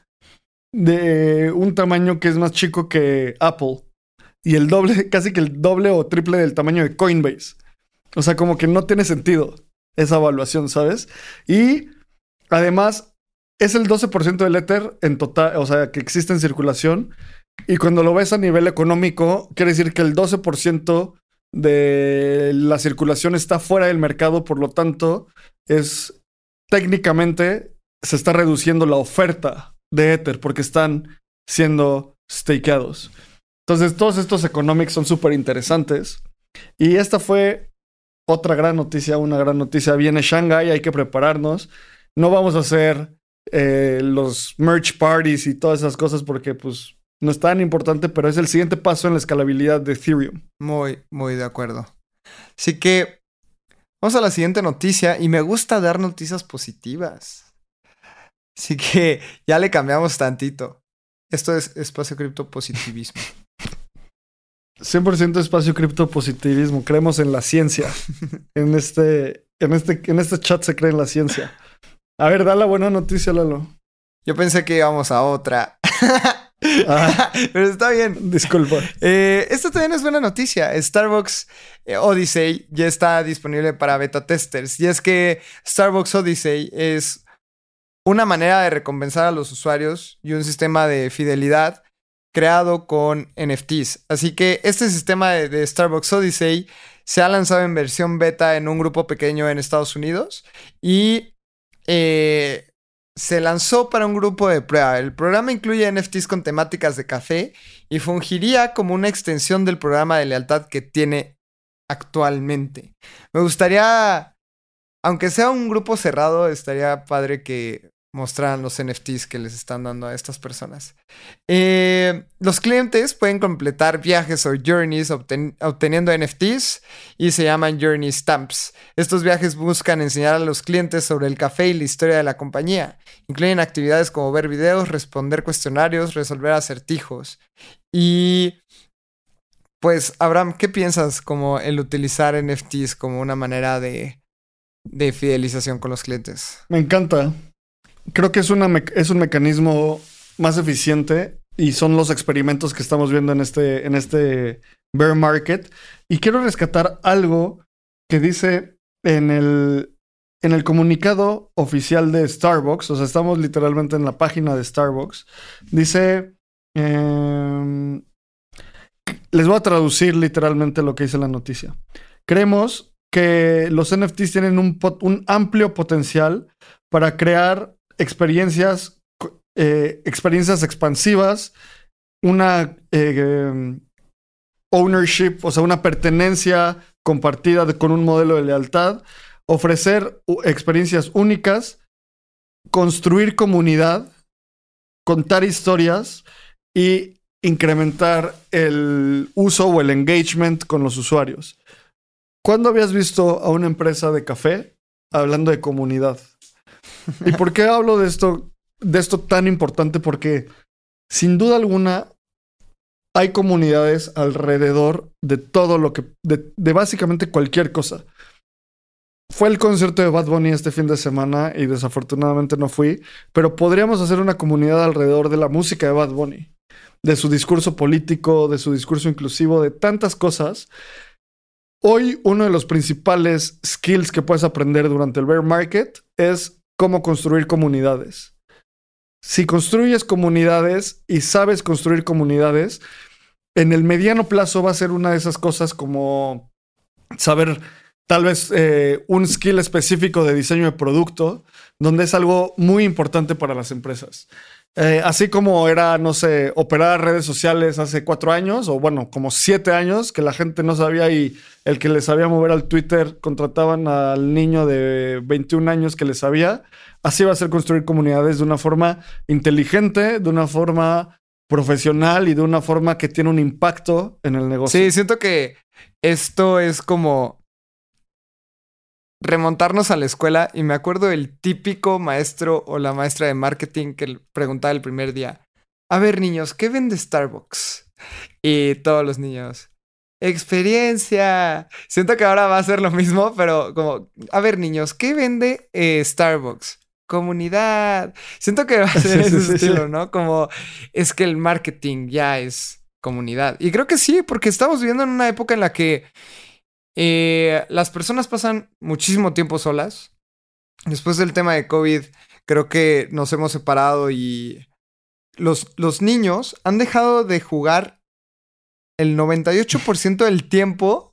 de un tamaño que es más chico que Apple. Y el doble, casi que el doble o triple del tamaño de Coinbase. O sea, como que no tiene sentido esa evaluación, ¿sabes? Y además, es el doce por ciento del Ether en total, o sea, que existe en circulación. Y cuando lo ves a nivel económico, quiere decir que el doce por ciento de la circulación está fuera del mercado, por lo tanto, es técnicamente se está reduciendo la oferta de Ether porque están siendo stakeados. Entonces, todos estos economics son súper interesantes. Y esta fue otra gran noticia, una gran noticia. Viene Shanghai, hay que prepararnos. No vamos a hacer eh, los merge parties y todas esas cosas porque, pues, no es tan importante, pero es el siguiente paso en la escalabilidad de Ethereum. Muy, muy de acuerdo. Así que vamos a la siguiente noticia y me gusta dar noticias positivas. Así que ya le cambiamos tantito. Esto es Espacio Cripto Positivismo. cien por ciento Espacio Cripto Positivismo. Creemos en la ciencia. en, este, en, este, en este chat se cree en la ciencia. A ver, da la buena noticia, Lalo. Yo pensé que íbamos a otra. Ah, pero está bien. Disculpa. Eh, esto también es buena noticia. Starbucks eh, Odyssey ya está disponible para beta testers. Y es que Starbucks Odyssey es una manera de recompensar a los usuarios y un sistema de fidelidad creado con N F Ts. Así que este sistema de, de Starbucks Odyssey se ha lanzado en versión beta en un grupo pequeño en Estados Unidos. Y eh, se lanzó para un grupo de prueba. El programa incluye N F Ts con temáticas de café y fungiría como una extensión del programa de lealtad que tiene actualmente. Me gustaría, aunque sea un grupo cerrado, estaría padre que mostraran los N F Ts que les están dando a estas personas. Eh, los clientes pueden completar viajes o journeys obten- obteniendo N F Ts y se llaman Journey Stamps. Estos viajes buscan enseñar a los clientes sobre el café y la historia de la compañía. Incluyen actividades como ver videos, responder cuestionarios, resolver acertijos. Y pues, Abraham, ¿qué piensas como el utilizar N F Ts como una manera de, de fidelización con los clientes? Me encanta. Creo que es, una me- es un mecanismo más eficiente y son los experimentos que estamos viendo en este, en este bear market. Y quiero rescatar algo que dice en el, en el comunicado oficial de Starbucks. O sea, estamos literalmente en la página de Starbucks. Dice... Eh, les voy a traducir literalmente lo que dice la noticia. Creemos que los N F Ts tienen un, pot- un amplio potencial para crear experiencias, eh, experiencias expansivas, una eh, ownership, o sea, una pertenencia compartida de, con un modelo de lealtad, ofrecer uh, experiencias únicas, construir comunidad, contar historias y incrementar el uso o el engagement con los usuarios. ¿Cuándo habías visto a una empresa de café hablando de comunidad? ¿Y por qué hablo de esto, de esto tan importante? Porque sin duda alguna hay comunidades alrededor de todo lo que, de, de básicamente cualquier cosa. fue el concierto de Bad Bunny este fin de semana y desafortunadamente no fui, pero podríamos hacer una comunidad alrededor de la música de Bad Bunny, de su discurso político, de su discurso inclusivo, de tantas cosas. Hoy uno de los principales skills que puedes aprender durante el bear market es cómo construir comunidades. Si construyes comunidades y sabes construir comunidades, en el mediano plazo va a ser una de esas cosas como saber tal vez eh, un skill específico de diseño de producto, donde es algo muy importante para las empresas. Eh, así como era, no sé, operar redes sociales hace cuatro años, o bueno, como siete años, que la gente no sabía y el que le sabía mover al Twitter contrataban al niño de veintiún años que le sabía. Así va a ser construir comunidades de una forma inteligente, de una forma profesional y de una forma que tiene un impacto en el negocio. Sí, siento que esto es como remontarnos a la escuela y me acuerdo del típico maestro o la maestra de marketing que preguntaba el primer día, a ver niños, ¿qué vende Starbucks? Y todos los niños, experiencia. Siento que ahora va a ser lo mismo, pero como, a ver niños, ¿qué vende eh, Starbucks? Comunidad. Siento que va a ser Sí, ese sí, estilo, sí. ¿no? Como es que el marketing ya es comunidad. Y creo que sí, porque estamos viviendo en una época en la que Eh, las personas pasan muchísimo tiempo solas. Después del tema de COVID, creo que nos hemos separado y los, los niños han dejado de jugar el noventa y ocho por ciento del tiempo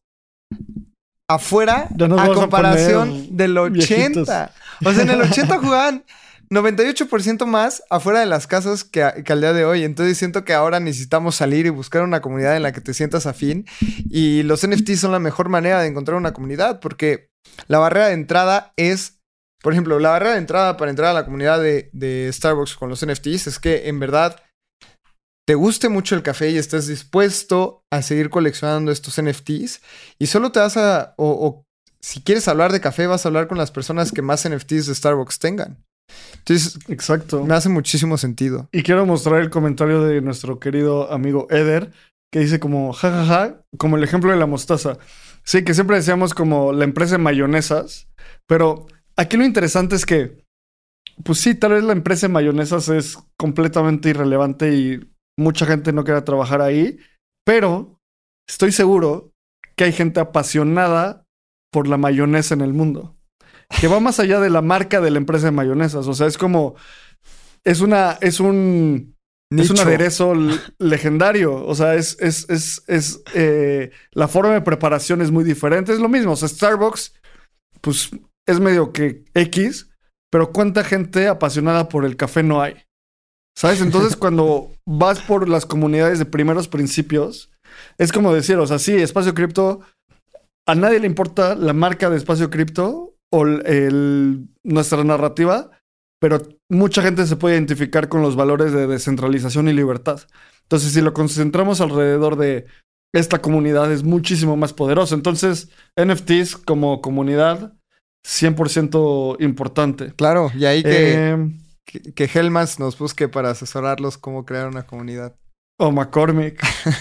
afuera Ya nos a vamos a comparación poner del viejitos. ochenta. O sea, en el ochenta jugaban noventa y ocho por ciento más afuera de las casas que, a- que al día de hoy. Entonces siento que ahora necesitamos salir y buscar una comunidad en la que te sientas afín. Y los N F Ts son la mejor manera de encontrar una comunidad porque la barrera de entrada es, por ejemplo, la barrera de entrada para entrar a la comunidad de, de Starbucks con los N F Ts es que en verdad te guste mucho el café y estés dispuesto a seguir coleccionando estos N F Ts y solo te vas a, o, o si quieres hablar de café, vas a hablar con las personas que más N F Ts de Starbucks tengan. Entonces, Exacto. me hace muchísimo sentido. Y quiero mostrar el comentario de nuestro querido amigo Eder, que dice como, jajaja, ja, ja", como el ejemplo de la mostaza. Sí, que siempre decíamos como la empresa de mayonesas, pero aquí lo interesante es que, pues sí, tal vez la empresa de mayonesas es completamente irrelevante y mucha gente no quiere trabajar ahí, pero estoy seguro que hay gente apasionada por la mayonesa en el mundo, que va más allá de la marca de la empresa de mayonesas. O sea, es como, es una, es un, es un Nicho. aderezo l- legendario. O sea, es, es, es, es, eh, la forma de preparación es muy diferente. Es lo mismo. O sea, Starbucks, pues, es medio que X, pero ¿cuánta gente apasionada por el café no hay? ¿Sabes? Entonces, cuando vas por las comunidades de primeros principios, es como decir, o sea, sí, Espacio Cripto, a nadie le importa la marca de Espacio Cripto o el, el- nuestra narrativa, pero mucha gente se puede identificar con los valores de descentralización y libertad. Entonces, si lo concentramos alrededor de esta comunidad, es muchísimo más poderoso. Entonces, N F Ts como comunidad, cien por ciento importante. Claro, y ahí que, Eh, que, que Helmas nos busque para asesorarlos cómo crear una comunidad. o McCormick.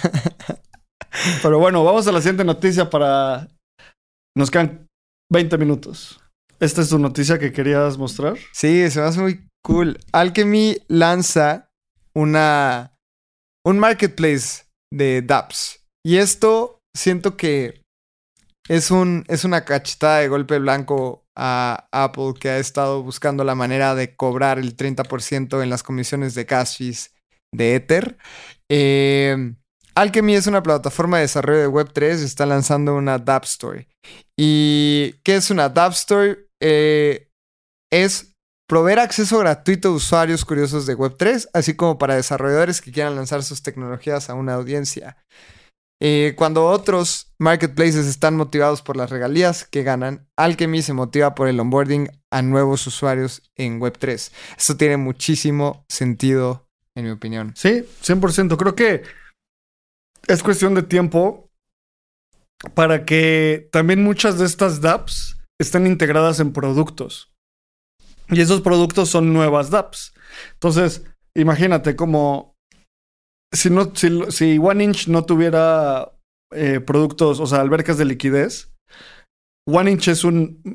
Pero bueno, vamos a la siguiente noticia para... Nos quedan veinte minutos. ¿Esta es tu noticia que querías mostrar? Sí, se me hace muy cool. Alchemy lanza una un marketplace de dApps. Y esto siento que es un es una cachetada de golpe blanco a Apple, que ha estado buscando la manera de cobrar el treinta por ciento en las comisiones de gas fees de Ether. Eh, Alchemy es una plataforma de desarrollo de web tres y está lanzando una dApp Store. ¿Y qué es una dApp Store? Eh, es proveer acceso gratuito a usuarios curiosos de web tres, así como para desarrolladores que quieran lanzar sus tecnologías a una audiencia. Eh, cuando otros marketplaces están motivados por las regalías que ganan, Alchemy se motiva por el onboarding a nuevos usuarios en web tres. Esto tiene muchísimo sentido, en mi opinión. Sí, cien por ciento. Creo que es cuestión de tiempo para que también muchas de estas dApps estén integradas en productos. Y esos productos son nuevas dApps. Entonces, imagínate como si, no, si, si OneInch no tuviera eh, productos, o sea, albercas de liquidez, OneInch es un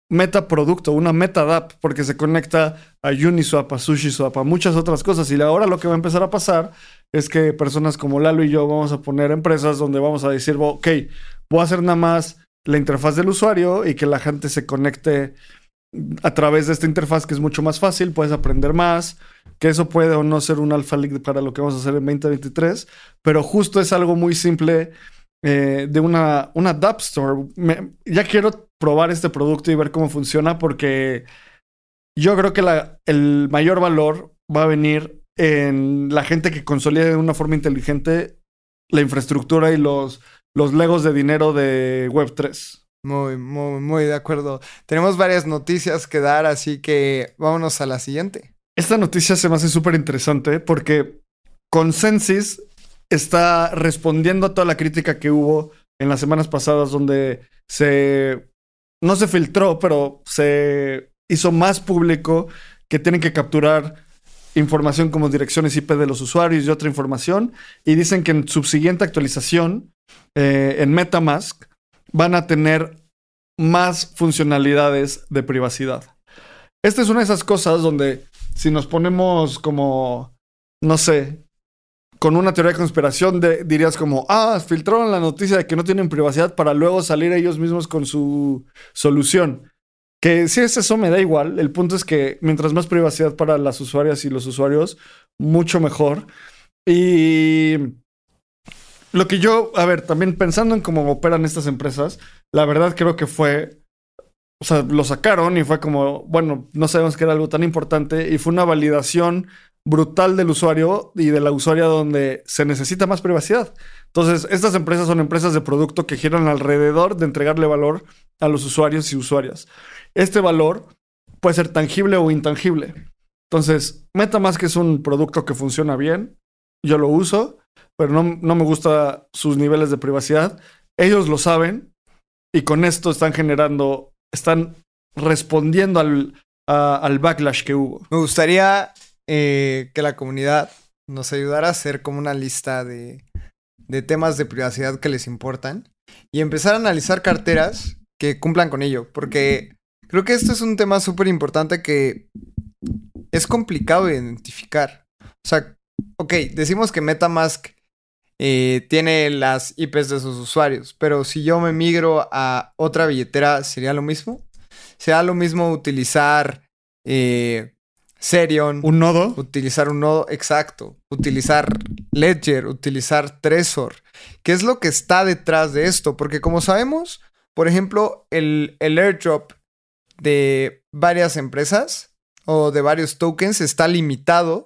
metaproducto, una metadapp, porque se conecta a Uniswap, a SushiSwap, a muchas otras cosas. Y ahora lo que va a empezar a pasar es que personas como Lalo y yo vamos a poner empresas donde vamos a decir, ok, voy a hacer nada más la interfaz del usuario y que la gente se conecte a través de esta interfaz, que es mucho más fácil, puedes aprender más, que eso puede o no ser un alpha leak para lo que vamos a hacer en veinte veintitrés, pero justo es algo muy simple eh, de una, una Dapp Store. Me, ya quiero probar este producto y ver cómo funciona, porque yo creo que la, el mayor valor va a venir en la gente que consolide de una forma inteligente la infraestructura y los, los legos de dinero de web tres. Muy, muy, muy de acuerdo. Tenemos varias noticias que dar, así que vámonos a la siguiente. Esta noticia se me hace súper interesante porque Consensys está respondiendo a toda la crítica que hubo en las semanas pasadas, donde se... no se filtró, pero se hizo más público que tienen que capturar información como direcciones I P de los usuarios y otra información. Y dicen que en su siguiente actualización, eh, en MetaMask, van a tener más funcionalidades de privacidad. Esta es una de esas cosas donde si nos ponemos como, no sé, con una teoría de conspiración, de, dirías como, ah, filtraron la noticia de que no tienen privacidad para luego salir ellos mismos con su solución. Que si es eso, me da igual. El punto es que mientras más privacidad para las usuarias y los usuarios, mucho mejor. Y... lo que yo, a ver, también pensando en cómo operan estas empresas, la verdad creo que fue, o sea, lo sacaron y fue como, bueno, no sabemos que era algo tan importante y fue una validación brutal del usuario y de la usuaria donde se necesita más privacidad. Entonces, estas empresas son empresas de producto que giran alrededor de entregarle valor a los usuarios y usuarias. Este valor puede ser tangible o intangible. Entonces, MetaMask es un producto que funciona bien, yo lo uso, pero no, no me gustan sus niveles de privacidad. Ellos lo saben y con esto están generando, están respondiendo al, a, al backlash que hubo. Me gustaría eh, que la comunidad nos ayudara a hacer como una lista de, de temas de privacidad que les importan y empezar a analizar carteras que cumplan con ello, porque creo que esto es un tema súper importante que es complicado de identificar. O sea, ok, decimos que MetaMask Eh, tiene las I Pes de sus usuarios, pero si yo me migro a otra billetera, ¿sería lo mismo? ¿Sería lo mismo utilizar eh, Serion? ¿Un nodo? Utilizar un nodo, exacto. Utilizar Ledger, utilizar Trezor. ¿Qué es lo que está detrás de esto? Porque como sabemos, por ejemplo, el, el airdrop de varias empresas o de varios tokens está limitado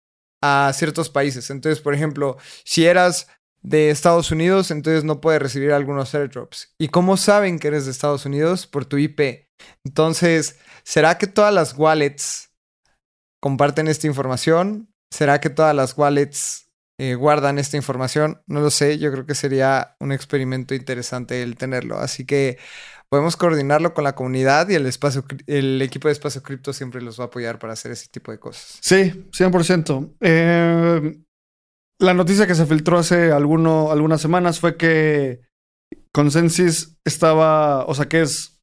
a ciertos países. Entonces, por ejemplo, si eras de Estados Unidos, entonces no puedes recibir algunos airdrops. ¿Y cómo saben que eres de Estados Unidos? Por tu I P. Entonces, ¿será que todas las wallets comparten esta información? ¿Será que todas las wallets eh, guardan esta información? No lo sé. Yo creo que sería un experimento interesante el tenerlo. Así que podemos coordinarlo con la comunidad y el, espacio, el equipo de Espacio Cripto siempre los va a apoyar para hacer ese tipo de cosas. Sí, cien por ciento. Eh, la noticia que se filtró hace alguno, algunas semanas fue que Consensys estaba, o sea, que es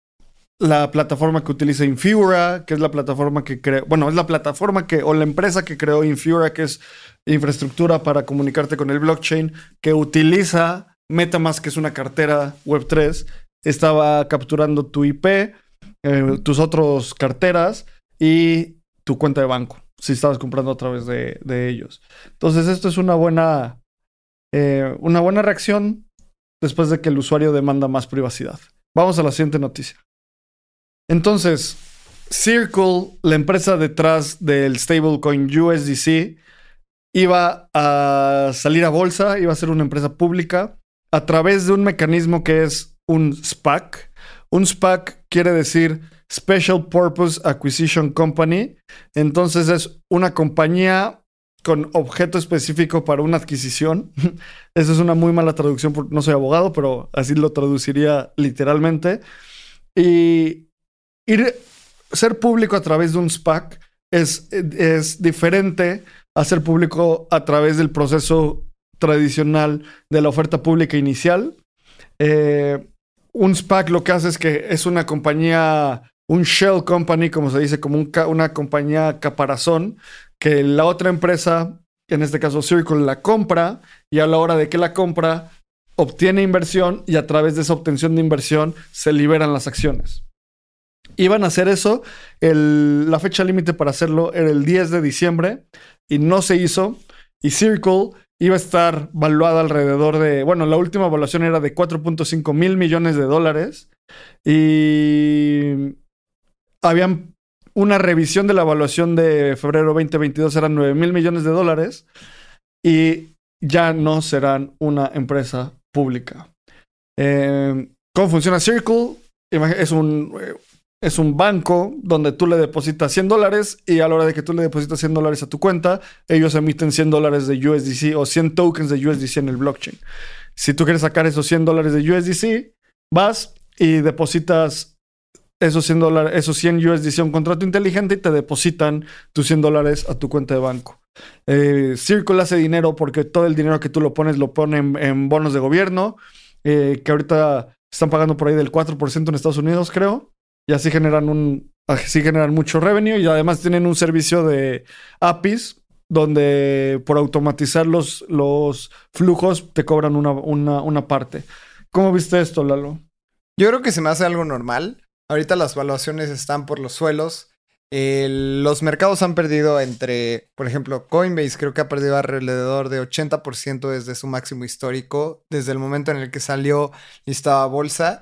la plataforma que utiliza Infura, que es la plataforma que creó, bueno, es la plataforma que, o la empresa que creó Infura, que es infraestructura para comunicarte con el blockchain, que utiliza MetaMask, que es una cartera web tres, estaba capturando tu I P, eh, tus otras carteras y tu cuenta de banco, si estabas comprando a través de, de ellos. Entonces, esto es una buena, eh, una buena reacción después de que el usuario demanda más privacidad. Vamos a la siguiente noticia. Entonces, Circle, la empresa detrás del stablecoin U S D C, iba a salir a bolsa, iba a ser una empresa pública a través de un mecanismo que es un SPAC. Un SPAC quiere decir Special Purpose Acquisition Company. Entonces es una compañía con objeto específico para una adquisición. Esa es una muy mala traducción, porque no soy abogado, pero así lo traduciría literalmente. Y ir, ser público a través de un SPAC es, es diferente a ser público a través del proceso tradicional de la oferta pública inicial. Eh, un SPAC lo que hace es que es una compañía, un shell company, como se dice, como un ca- una compañía caparazón, que la otra empresa, en este caso Circle, la compra y a la hora de que la compra, obtiene inversión y a través de esa obtención de inversión se liberan las acciones. Iban a hacer eso, el, la fecha límite para hacerlo era el diez de diciembre y no se hizo. Y Circle iba a estar valuada alrededor de, bueno, la última evaluación era de cuatro punto cinco mil millones de dólares y habían una revisión de la evaluación de febrero veinte veintidós, eran nueve mil millones de dólares y ya no serán una empresa pública. Eh, ¿Cómo funciona Circle? Es un... Es un banco donde tú le depositas cien dólares y a la hora de que tú le depositas cien dólares a tu cuenta, ellos emiten cien dólares de U S D C o cien tokens de U S D C en el blockchain. Si tú quieres sacar esos cien dólares de U S D C, vas y depositas esos cien dólares, esos cien U S D C a un contrato inteligente y te depositan tus cien dólares a tu cuenta de banco. Eh, Circle hace dinero porque todo el dinero que tú lo pones lo ponen en, en bonos de gobierno, eh, que ahorita están pagando por ahí del cuatro por ciento en Estados Unidos, creo. Y así generan un, así generan mucho revenue y además tienen un servicio de A P Is donde por automatizar los, los flujos te cobran una, una, una parte. ¿Cómo viste esto, Lalo? Yo creo que se me hace algo normal. Ahorita las valuaciones están por los suelos. Eh, los mercados han perdido entre, por ejemplo, Coinbase creo que ha perdido alrededor de ochenta por ciento desde su máximo histórico, desde el momento en el que salió listado a bolsa.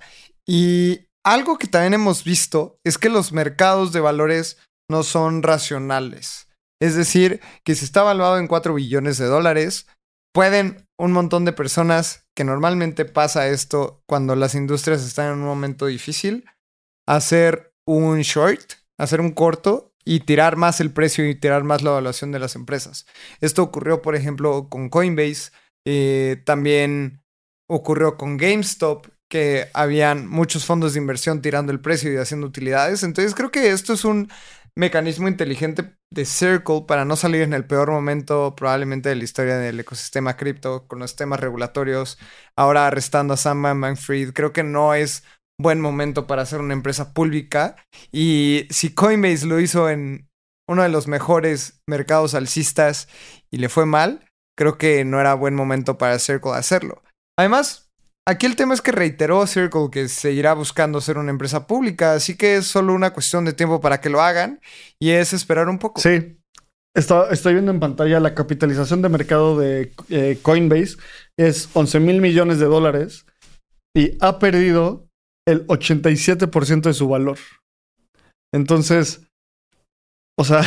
Y algo que también hemos visto es que los mercados de valores no son racionales. Es decir, que si está valuado en cuatro billones de dólares, pueden un montón de personas, que normalmente pasa esto cuando las industrias están en un momento difícil, hacer un short, hacer un corto y tirar más el precio y tirar más la evaluación de las empresas. Esto ocurrió, por ejemplo, con Coinbase. Eh, también ocurrió con GameStop, que habían muchos fondos de inversión tirando el precio y haciendo utilidades. Entonces creo que esto es un mecanismo inteligente de Circle para no salir en el peor momento probablemente de la historia del ecosistema cripto, con los temas regulatorios, ahora arrestando a Sam Bankman-Fried. Creo que no es buen momento para hacer una empresa pública. Y si Coinbase lo hizo en uno de los mejores mercados alcistas y le fue mal, creo que no era buen momento para Circle hacerlo. Además, aquí el tema es que reiteró Circle que seguirá buscando ser una empresa pública, así que es solo una cuestión de tiempo para que lo hagan y es esperar un poco. Sí, Está, estoy viendo en pantalla la capitalización de mercado de eh, Coinbase es once mil millones de dólares y ha perdido el ochenta y siete por ciento de su valor. Entonces, o sea,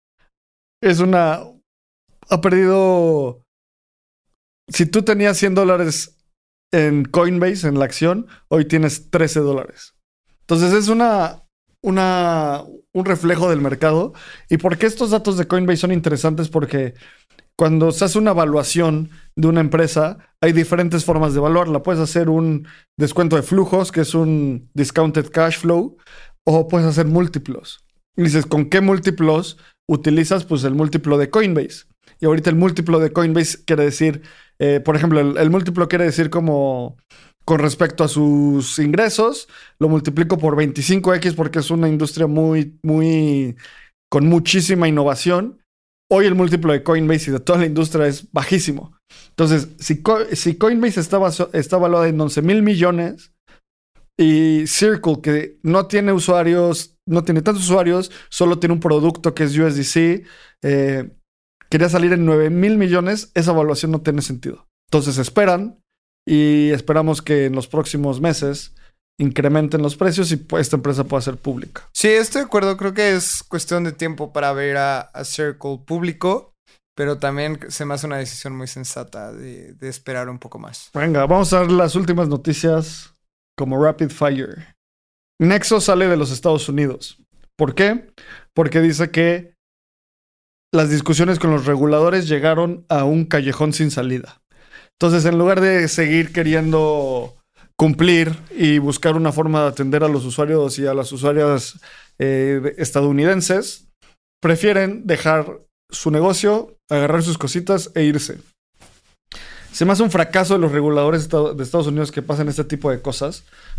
es una... Ha perdido... Si tú tenías cien dólares en Coinbase, en la acción, hoy tienes trece dólares. Entonces es una, una, un reflejo del mercado. ¿Y por qué estos datos de Coinbase son interesantes? Porque cuando se hace una evaluación de una empresa, hay diferentes formas de evaluarla. Puedes hacer un descuento de flujos, que es un discounted cash flow, o puedes hacer múltiplos. Y dices, ¿con qué múltiplos utilizas? Pues el múltiplo de Coinbase. Y ahorita el múltiplo de Coinbase quiere decir, eh, por ejemplo, el, el múltiplo quiere decir como con respecto a sus ingresos, lo multiplico por veinticinco equis porque es una industria muy, muy, con muchísima innovación. Hoy el múltiplo de Coinbase y de toda la industria es bajísimo. Entonces, si, Co- si Coinbase está, baso- está valuada en once mil millones y Circle, que no tiene usuarios, no tiene tantos usuarios, solo tiene un producto que es U S D C, eh, quería salir en nueve mil millones, esa evaluación no tiene sentido. Entonces esperan y esperamos que en los próximos meses incrementen los precios y pues, esta empresa pueda ser pública. Sí, estoy de acuerdo. Creo que es cuestión de tiempo para ver a, a Circle público, pero también se me hace una decisión muy sensata de, de esperar un poco más. Venga, vamos a ver las últimas noticias como Rapid Fire. Nexo sale de los Estados Unidos. ¿Por qué? Porque dice que las discusiones con los reguladores llegaron a un callejón sin salida. Entonces, en lugar de seguir queriendo cumplir y buscar una forma de atender a los usuarios y a las usuarias eh, estadounidenses, prefieren dejar su negocio, agarrar sus cositas e irse. Se me hace un fracaso de los reguladores de Estados Unidos que pasen este tipo de cosas,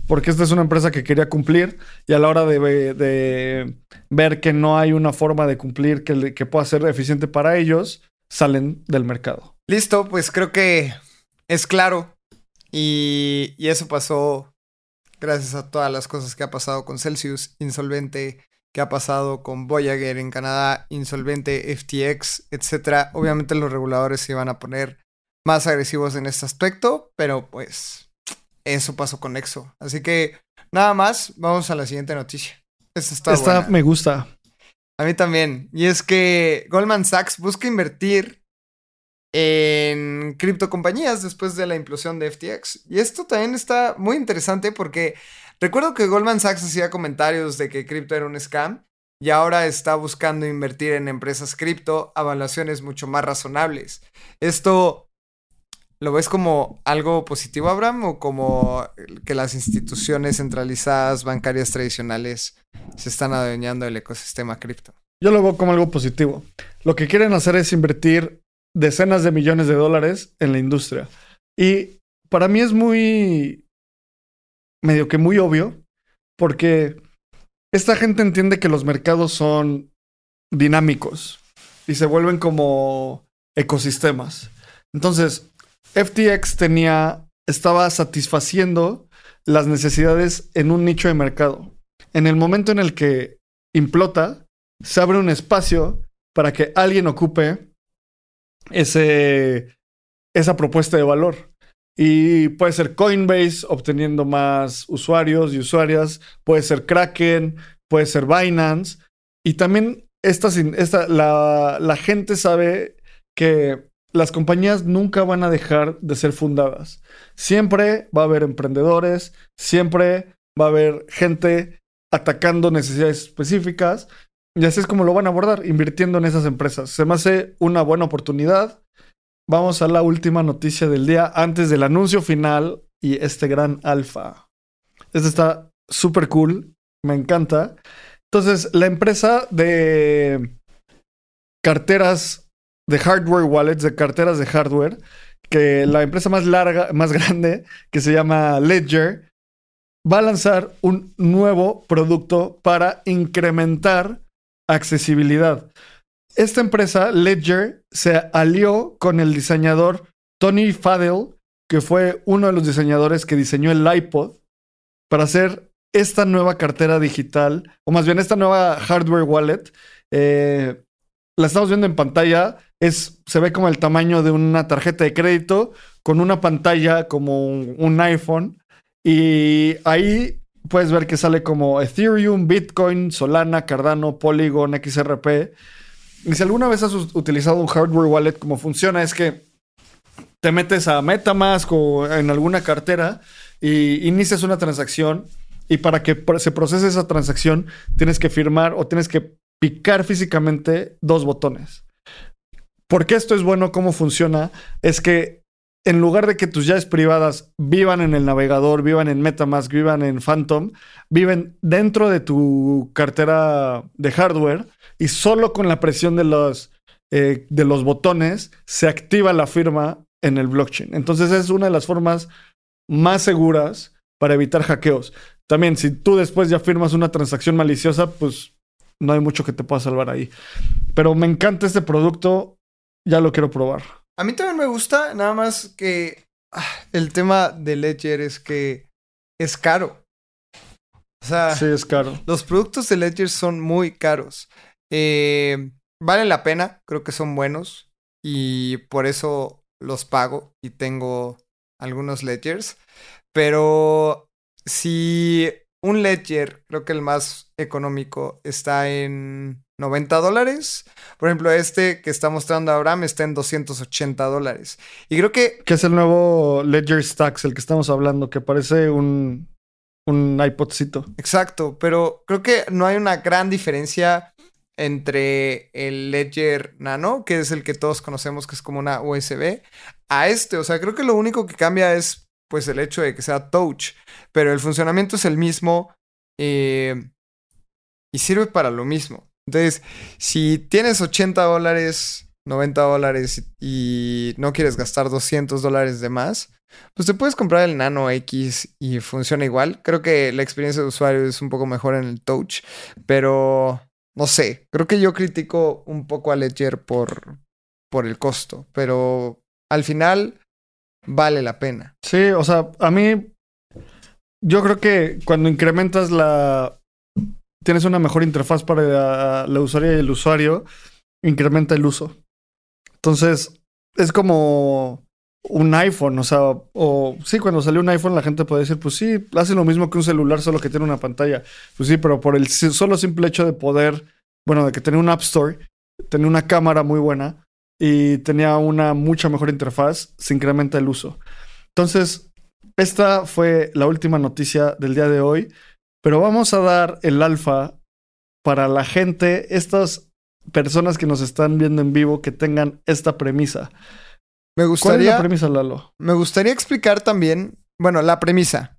porque esta es una empresa que quería cumplir y a la hora de, de ver que no hay una forma de cumplir que, que pueda ser eficiente para ellos, salen del mercado. Listo, pues creo que es claro y, y eso pasó gracias a todas las cosas que ha pasado con Celsius, insolvente, que ha pasado con Voyager en Canadá, insolvente, F T X, etcétera. Obviamente los reguladores se iban a poner más agresivos en este aspecto, pero pues eso pasó con Exo. Así que nada más, vamos a la siguiente noticia. Esta está Esta buena. me gusta. A mí también. Y es que Goldman Sachs busca invertir en criptocompañías después de la implosión de F T X. Y esto también está muy interesante porque recuerdo que Goldman Sachs hacía comentarios de que cripto era un scam y ahora está buscando invertir en empresas cripto a valuaciones mucho más razonables. Esto, ¿lo ves como algo positivo, Abraham? ¿O como que las instituciones centralizadas bancarias tradicionales se están adueñando del ecosistema cripto? Yo lo veo como algo positivo. Lo que quieren hacer es invertir decenas de millones de dólares en la industria. Y para mí es muy... medio que muy obvio, porque esta gente entiende que los mercados son dinámicos y se vuelven como ecosistemas. Entonces, F T X tenía, estaba satisfaciendo las necesidades en un nicho de mercado. En el momento en el que implota, se abre un espacio para que alguien ocupe ese, esa propuesta de valor. Y puede ser Coinbase obteniendo más usuarios y usuarias, puede ser Kraken, puede ser Binance. Y también esta, esta, la, la gente sabe que las compañías nunca van a dejar de ser fundadas. Siempre va a haber emprendedores, siempre va a haber gente atacando necesidades específicas. Y así es como lo van a abordar, invirtiendo en esas empresas. Se me hace una buena oportunidad. Vamos a la última noticia del día antes del anuncio final y este gran alfa. Este está súper cool, me encanta. Entonces, la empresa de carteras de hardware wallets, de carteras de hardware, que la empresa más larga, más grande, que se llama Ledger, va a lanzar un nuevo producto para incrementar accesibilidad. Esta empresa, Ledger, se alió con el diseñador Tony Fadell, que fue uno de los diseñadores que diseñó el iPod, para hacer esta nueva cartera digital, o más bien esta nueva hardware wallet. Eh, la estamos viendo en pantalla. Es, se ve como el tamaño de una tarjeta de crédito con una pantalla como un, un iPhone. Y ahí puedes ver que sale como Ethereum, Bitcoin, Solana, Cardano, Polygon, X R P. Y si alguna vez has utilizado un hardware wallet, como funciona es que te metes a MetaMask o en alguna cartera y inicias una transacción y para que se procese esa transacción tienes que firmar o tienes que picar físicamente dos botones. ¿Por qué esto es bueno? ¿Cómo funciona? Es que en lugar de que tus llaves privadas vivan en el navegador, vivan en MetaMask, vivan en Phantom, viven dentro de tu cartera de hardware y solo con la presión de los, eh, de los botones se activa la firma en el blockchain. Entonces es una de las formas más seguras para evitar hackeos. También, si tú después ya firmas una transacción maliciosa, pues no hay mucho que te pueda salvar ahí. Pero me encanta este producto, ya lo quiero probar. A mí también me gusta, nada más que ah, el tema de Ledger es que es caro. O sea, sí, es caro. Los productos de Ledger son muy caros. Eh, valen la pena, creo que son buenos y por eso los pago y tengo algunos Ledgers. Pero si un Ledger, creo que el más económico, está en noventa dólares. Por ejemplo, este que está mostrando Abraham está en doscientos ochenta dólares. Y creo que... Que es el nuevo Ledger Stacks, el que estamos hablando, que parece un, un iPodcito. Exacto, pero creo que no hay una gran diferencia entre el Ledger Nano, que es el que todos conocemos, que es como una U S B, a este. O sea, creo que lo único que cambia es pues el hecho de que sea touch, pero el funcionamiento es el mismo eh, y sirve para lo mismo. Entonces, si tienes ochenta dólares, noventa dólares y no quieres gastar doscientos dólares de más, pues te puedes comprar el Nano X y funciona igual. Creo que la experiencia de usuario es un poco mejor en el Touch, pero no sé. Creo que yo critico un poco a Ledger por, por el costo, pero al final vale la pena. Sí, o sea, a mí yo creo que cuando incrementas la... tienes una mejor interfaz para la, la usuaria y el usuario, incrementa el uso. Entonces, es como un iPhone, o sea, o sí, cuando salió un iPhone la gente puede decir, pues sí, hace lo mismo que un celular, solo que tiene una pantalla. Pues sí, pero por el solo simple hecho de poder, bueno, de que tenía un App Store, tenía una cámara muy buena y tenía una mucha mejor interfaz, se incrementa el uso. Entonces, esta fue la última noticia del día de hoy, pero vamos a dar el alfa para la gente, estas personas que nos están viendo en vivo, que tengan esta premisa. Me gustaría, ¿Cuál es la premisa, Lalo? Me gustaría explicar también, bueno, la premisa.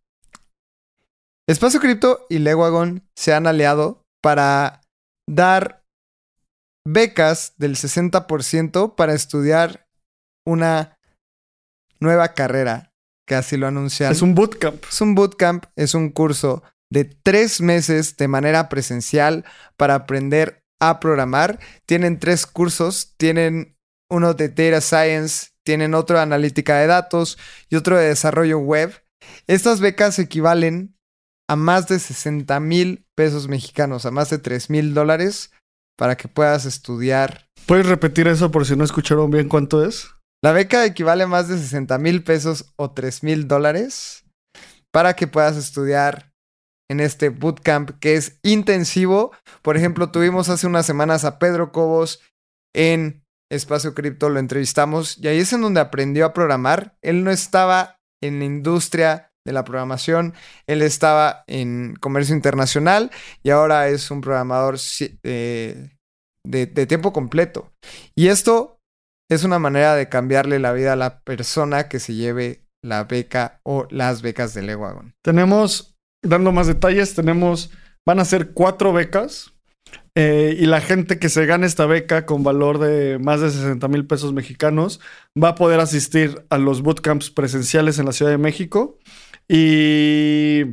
Espacio Cripto y Lewagon se han aliado para dar becas del sesenta por ciento para estudiar una nueva carrera, que así lo anuncian. Es un bootcamp. Es un bootcamp, es un curso de tres meses de manera presencial para aprender a programar. Tienen tres cursos, tienen uno de Data Science, tienen otro de Analítica de Datos y otro de Desarrollo Web. Estas becas equivalen a más de sesenta mil pesos mexicanos, a más de tres mil dólares para que puedas estudiar. ¿Puedes repetir eso por si no escucharon bien cuánto es? La beca equivale a más de sesenta mil pesos o tres mil dólares para que puedas estudiar en este bootcamp que es intensivo. Por ejemplo, tuvimos hace unas semanas a Pedro Cobos en Espacio Cripto, lo entrevistamos y ahí es en donde aprendió a programar. Él no estaba en la industria de la programación, él estaba en comercio internacional y ahora es un programador eh, de, de tiempo completo. Y esto es una manera de cambiarle la vida a la persona que se lleve la beca o las becas de Lewagon. Tenemos, dando más detalles, tenemos, van a ser cuatro becas. Eh, y la gente que se gane esta beca con valor de más de sesenta mil pesos mexicanos va a poder asistir a los bootcamps presenciales en la Ciudad de México. Y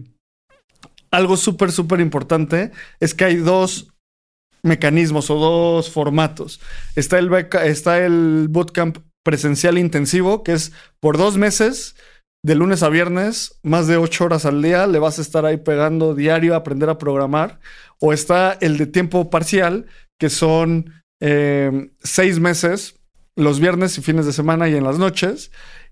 algo súper, súper importante es que hay dos mecanismos o dos formatos. Está el, beca, está el bootcamp presencial intensivo, que es por dos meses, de lunes a viernes, más de ocho horas al día, le vas a estar ahí pegando diario a aprender a programar. O está el de tiempo parcial, que son eh, seis meses, los viernes y fines de semana y en las noches.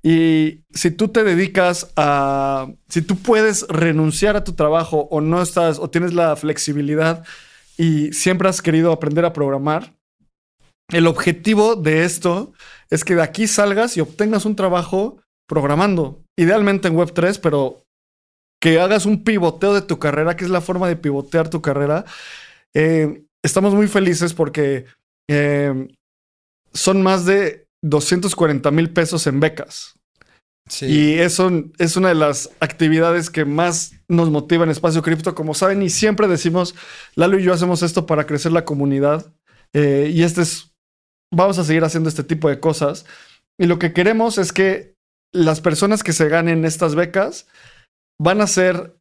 Y si tú te dedicas a... Si tú puedes renunciar a tu trabajo o no estás, o tienes la flexibilidad y siempre has querido aprender a programar, el objetivo de esto es que de aquí salgas y obtengas un trabajo programando. Idealmente en web tres, pero que hagas un pivoteo de tu carrera, que es la forma de pivotear tu carrera. Eh, estamos muy felices porque eh, son más de doscientos cuarenta mil pesos en becas. Sí. Y eso es una de las actividades que más nos motiva en Espacio Cripto. Como saben, y siempre decimos, Lalo y yo hacemos esto para crecer la comunidad. Eh, y este es, vamos a seguir haciendo este tipo de cosas. Y lo que queremos es que las personas que se ganen estas becas van a ser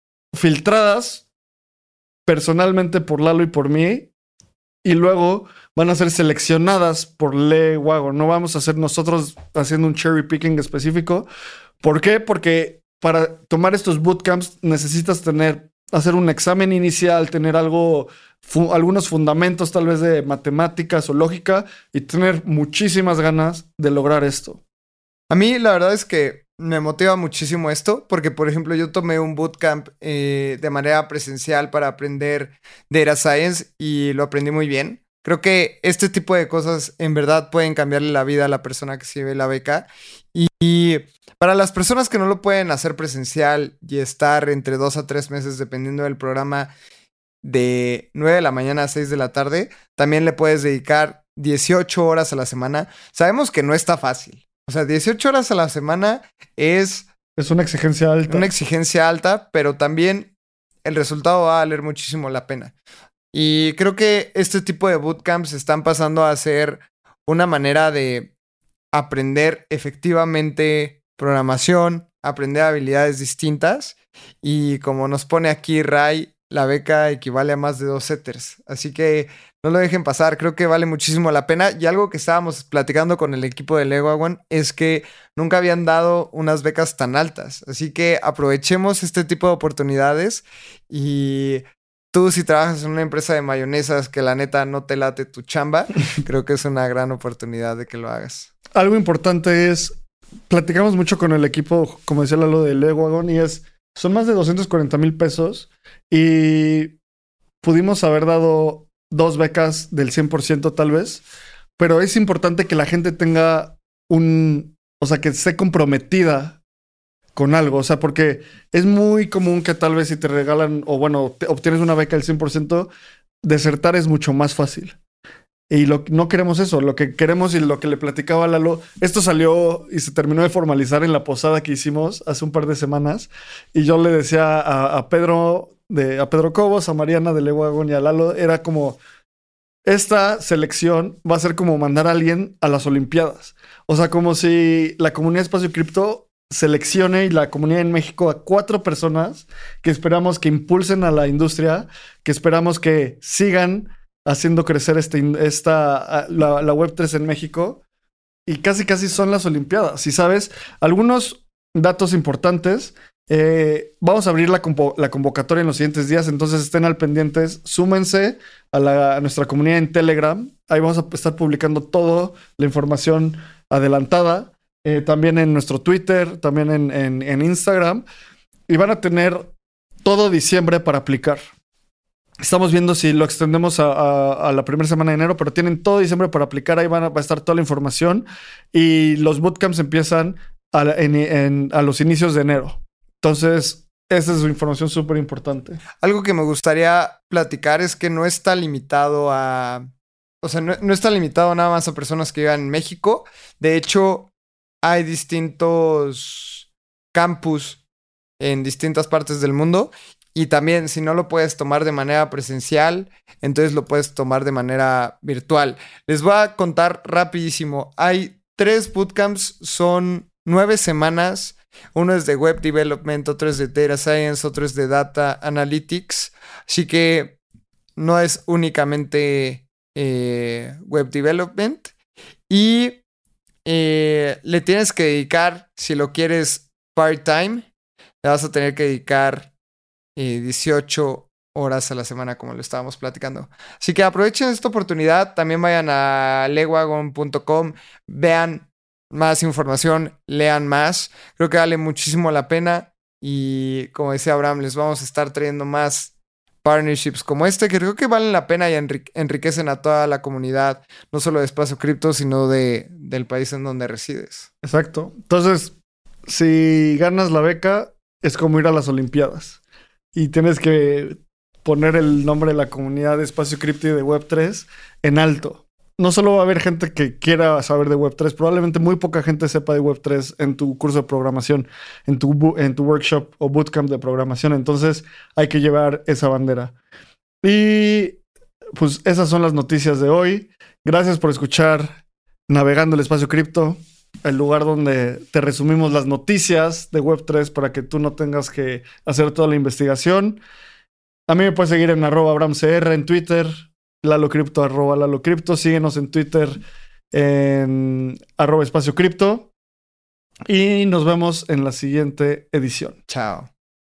filtradas personalmente por Lalo y por mí, y luego van a ser seleccionadas por Lewagon. No vamos a hacer nosotros haciendo un cherry picking específico. ¿Por qué? Porque para tomar estos bootcamps necesitas tener, hacer un examen inicial, tener algo, fu- algunos fundamentos tal vez de matemáticas o lógica y tener muchísimas ganas de lograr esto. A mí la verdad es que me motiva muchísimo esto porque, por ejemplo, yo tomé un bootcamp eh, de manera presencial para aprender Data Science y lo aprendí muy bien. Creo que este tipo de cosas en verdad pueden cambiarle la vida a la persona que se lleve la beca. Y, y para las personas que no lo pueden hacer presencial y estar entre dos a tres meses dependiendo del programa de nueve de la mañana a seis de la tarde, también le puedes dedicar dieciocho horas a la semana. Sabemos que no está fácil. O sea, dieciocho horas a la semana es... Es una exigencia alta. Una exigencia alta, pero también el resultado va a valer muchísimo la pena. Y creo que este tipo de bootcamps están pasando a ser una manera de aprender efectivamente programación, aprender habilidades distintas. Y como nos pone aquí Ray, la beca equivale a más de dos Ethers. Así que no lo dejen pasar, creo que vale muchísimo la pena. Y algo que estábamos platicando con el equipo de Legoagon es que nunca habían dado unas becas tan altas. Así que aprovechemos este tipo de oportunidades. Y tú, si trabajas en una empresa de mayonesas que la neta no te late tu chamba, creo que es una gran oportunidad de que lo hagas. Algo importante es, platicamos mucho con el equipo, como decía Lalo, de Legoagon, y es, son más de doscientos cuarenta mil pesos y pudimos haber dado dos becas del cien por ciento tal vez, pero es importante que la gente tenga un, o sea, que esté comprometida con algo, o sea, porque es muy común que tal vez si te regalan, o bueno, te, obtienes una beca del cien por ciento, desertar es mucho más fácil. Y lo, no queremos eso, lo que queremos y lo que le platicaba a Lalo, esto salió y se terminó de formalizar en la posada que hicimos hace un par de semanas, y yo le decía a, a Pedro, de, a Pedro Cobos, a Mariana de Legoagon y a Lalo, era como, esta selección va a ser como mandar a alguien a las Olimpiadas. O sea, como si la comunidad Espacio Cripto seleccione y la comunidad en México a cuatro personas que esperamos que impulsen a la industria, que esperamos que sigan haciendo crecer este, esta, la, la web tres en México, y casi casi son las Olimpiadas. Y sabes, algunos datos importantes, eh, vamos a abrir la, convo- la convocatoria en los siguientes días, entonces estén al pendientes, súmense a, la, a nuestra comunidad en Telegram, ahí vamos a estar publicando toda la información adelantada, eh, también en nuestro Twitter, también en, en, en Instagram, y van a tener todo diciembre para aplicar. Estamos viendo si lo extendemos a, a, a la primera semana de enero, pero tienen todo diciembre para aplicar. Ahí van a, va a estar toda la información. Y los bootcamps empiezan a, en, en, a los inicios de enero. Entonces, esa es información súper importante. Algo que me gustaría platicar es que no está limitado a... O sea, no, no está limitado nada más a personas que vivan en México. De hecho, hay distintos campus en distintas partes del mundo. Y también, si no lo puedes tomar de manera presencial, entonces lo puedes tomar de manera virtual. Les voy a contar rapidísimo. Hay tres bootcamps, son nueve semanas. Uno es de Web Development, otro es de Data Science, otro es de Data Analytics. Así que no es únicamente eh, Web Development. Y eh, le tienes que dedicar, si lo quieres part-time, le vas a tener que dedicar Eh, dieciocho horas a la semana, como lo estábamos platicando. Así que aprovechen esta oportunidad. También vayan a legoagon punto com, vean más información, lean más. Creo que vale muchísimo la pena. Y como decía Abraham, les vamos a estar trayendo más partnerships como este, que creo que valen la pena y enrique- enriquecen a toda la comunidad, no solo de Espacio Cripto, sino de, del país en donde resides. Exacto. Entonces, si ganas la beca, es como ir a las Olimpiadas. Y tienes que poner el nombre de la comunidad de Espacio Cripto y de web tres en alto. No solo va a haber gente que quiera saber de web tres, probablemente muy poca gente sepa de web tres en tu curso de programación, en tu, bu- en tu workshop o bootcamp de programación. Entonces hay que llevar esa bandera. Y pues esas son las noticias de hoy. Gracias por escuchar Navegando el Espacio Cripto, el lugar donde te resumimos las noticias de web tres para que tú no tengas que hacer toda la investigación. A mí me puedes seguir en arroba abramcr en Twitter, lalocrypto, arroba lalocrypto. Síguenos en Twitter en arroba espacio cripto. Y nos vemos en la siguiente edición. Chao.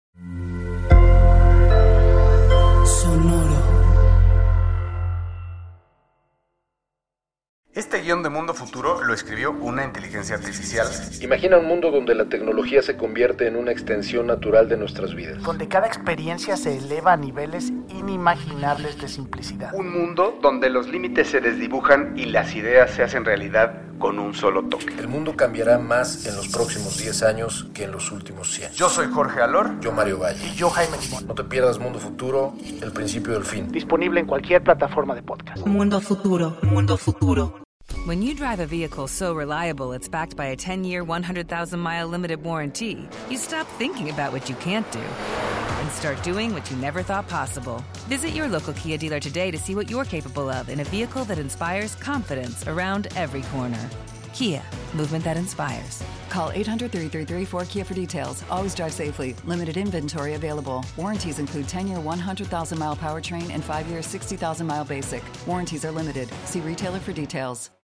Este guión de Mundo Futuro lo escribió una inteligencia artificial. Imagina un mundo donde la tecnología se convierte en una extensión natural de nuestras vidas. Donde cada experiencia se eleva a niveles inimaginables de simplicidad. Un mundo donde los límites se desdibujan y las ideas se hacen realidad con un solo toque. El mundo cambiará más en los próximos diez años que en los últimos cien. Yo soy Jorge Alor. Yo Mario Valle. Y yo Jaime Limón. No te pierdas Mundo Futuro, el principio del fin. Disponible en cualquier plataforma de podcast. Mundo Futuro, Mundo Futuro. When you drive a vehicle so reliable it's backed by a ten-year, one hundred thousand mile limited warranty, you stop thinking about what you can't do and start doing what you never thought possible. Visit your local Kia dealer today to see what you're capable of in a vehicle that inspires confidence around every corner. Kia, movement that inspires. Call eight hundred, three three three, four K I A for details. Always drive safely. Limited inventory available. Warranties include ten-year, one hundred thousand mile powertrain and five-year, sixty thousand mile basic. Warranties are limited. See retailer for details.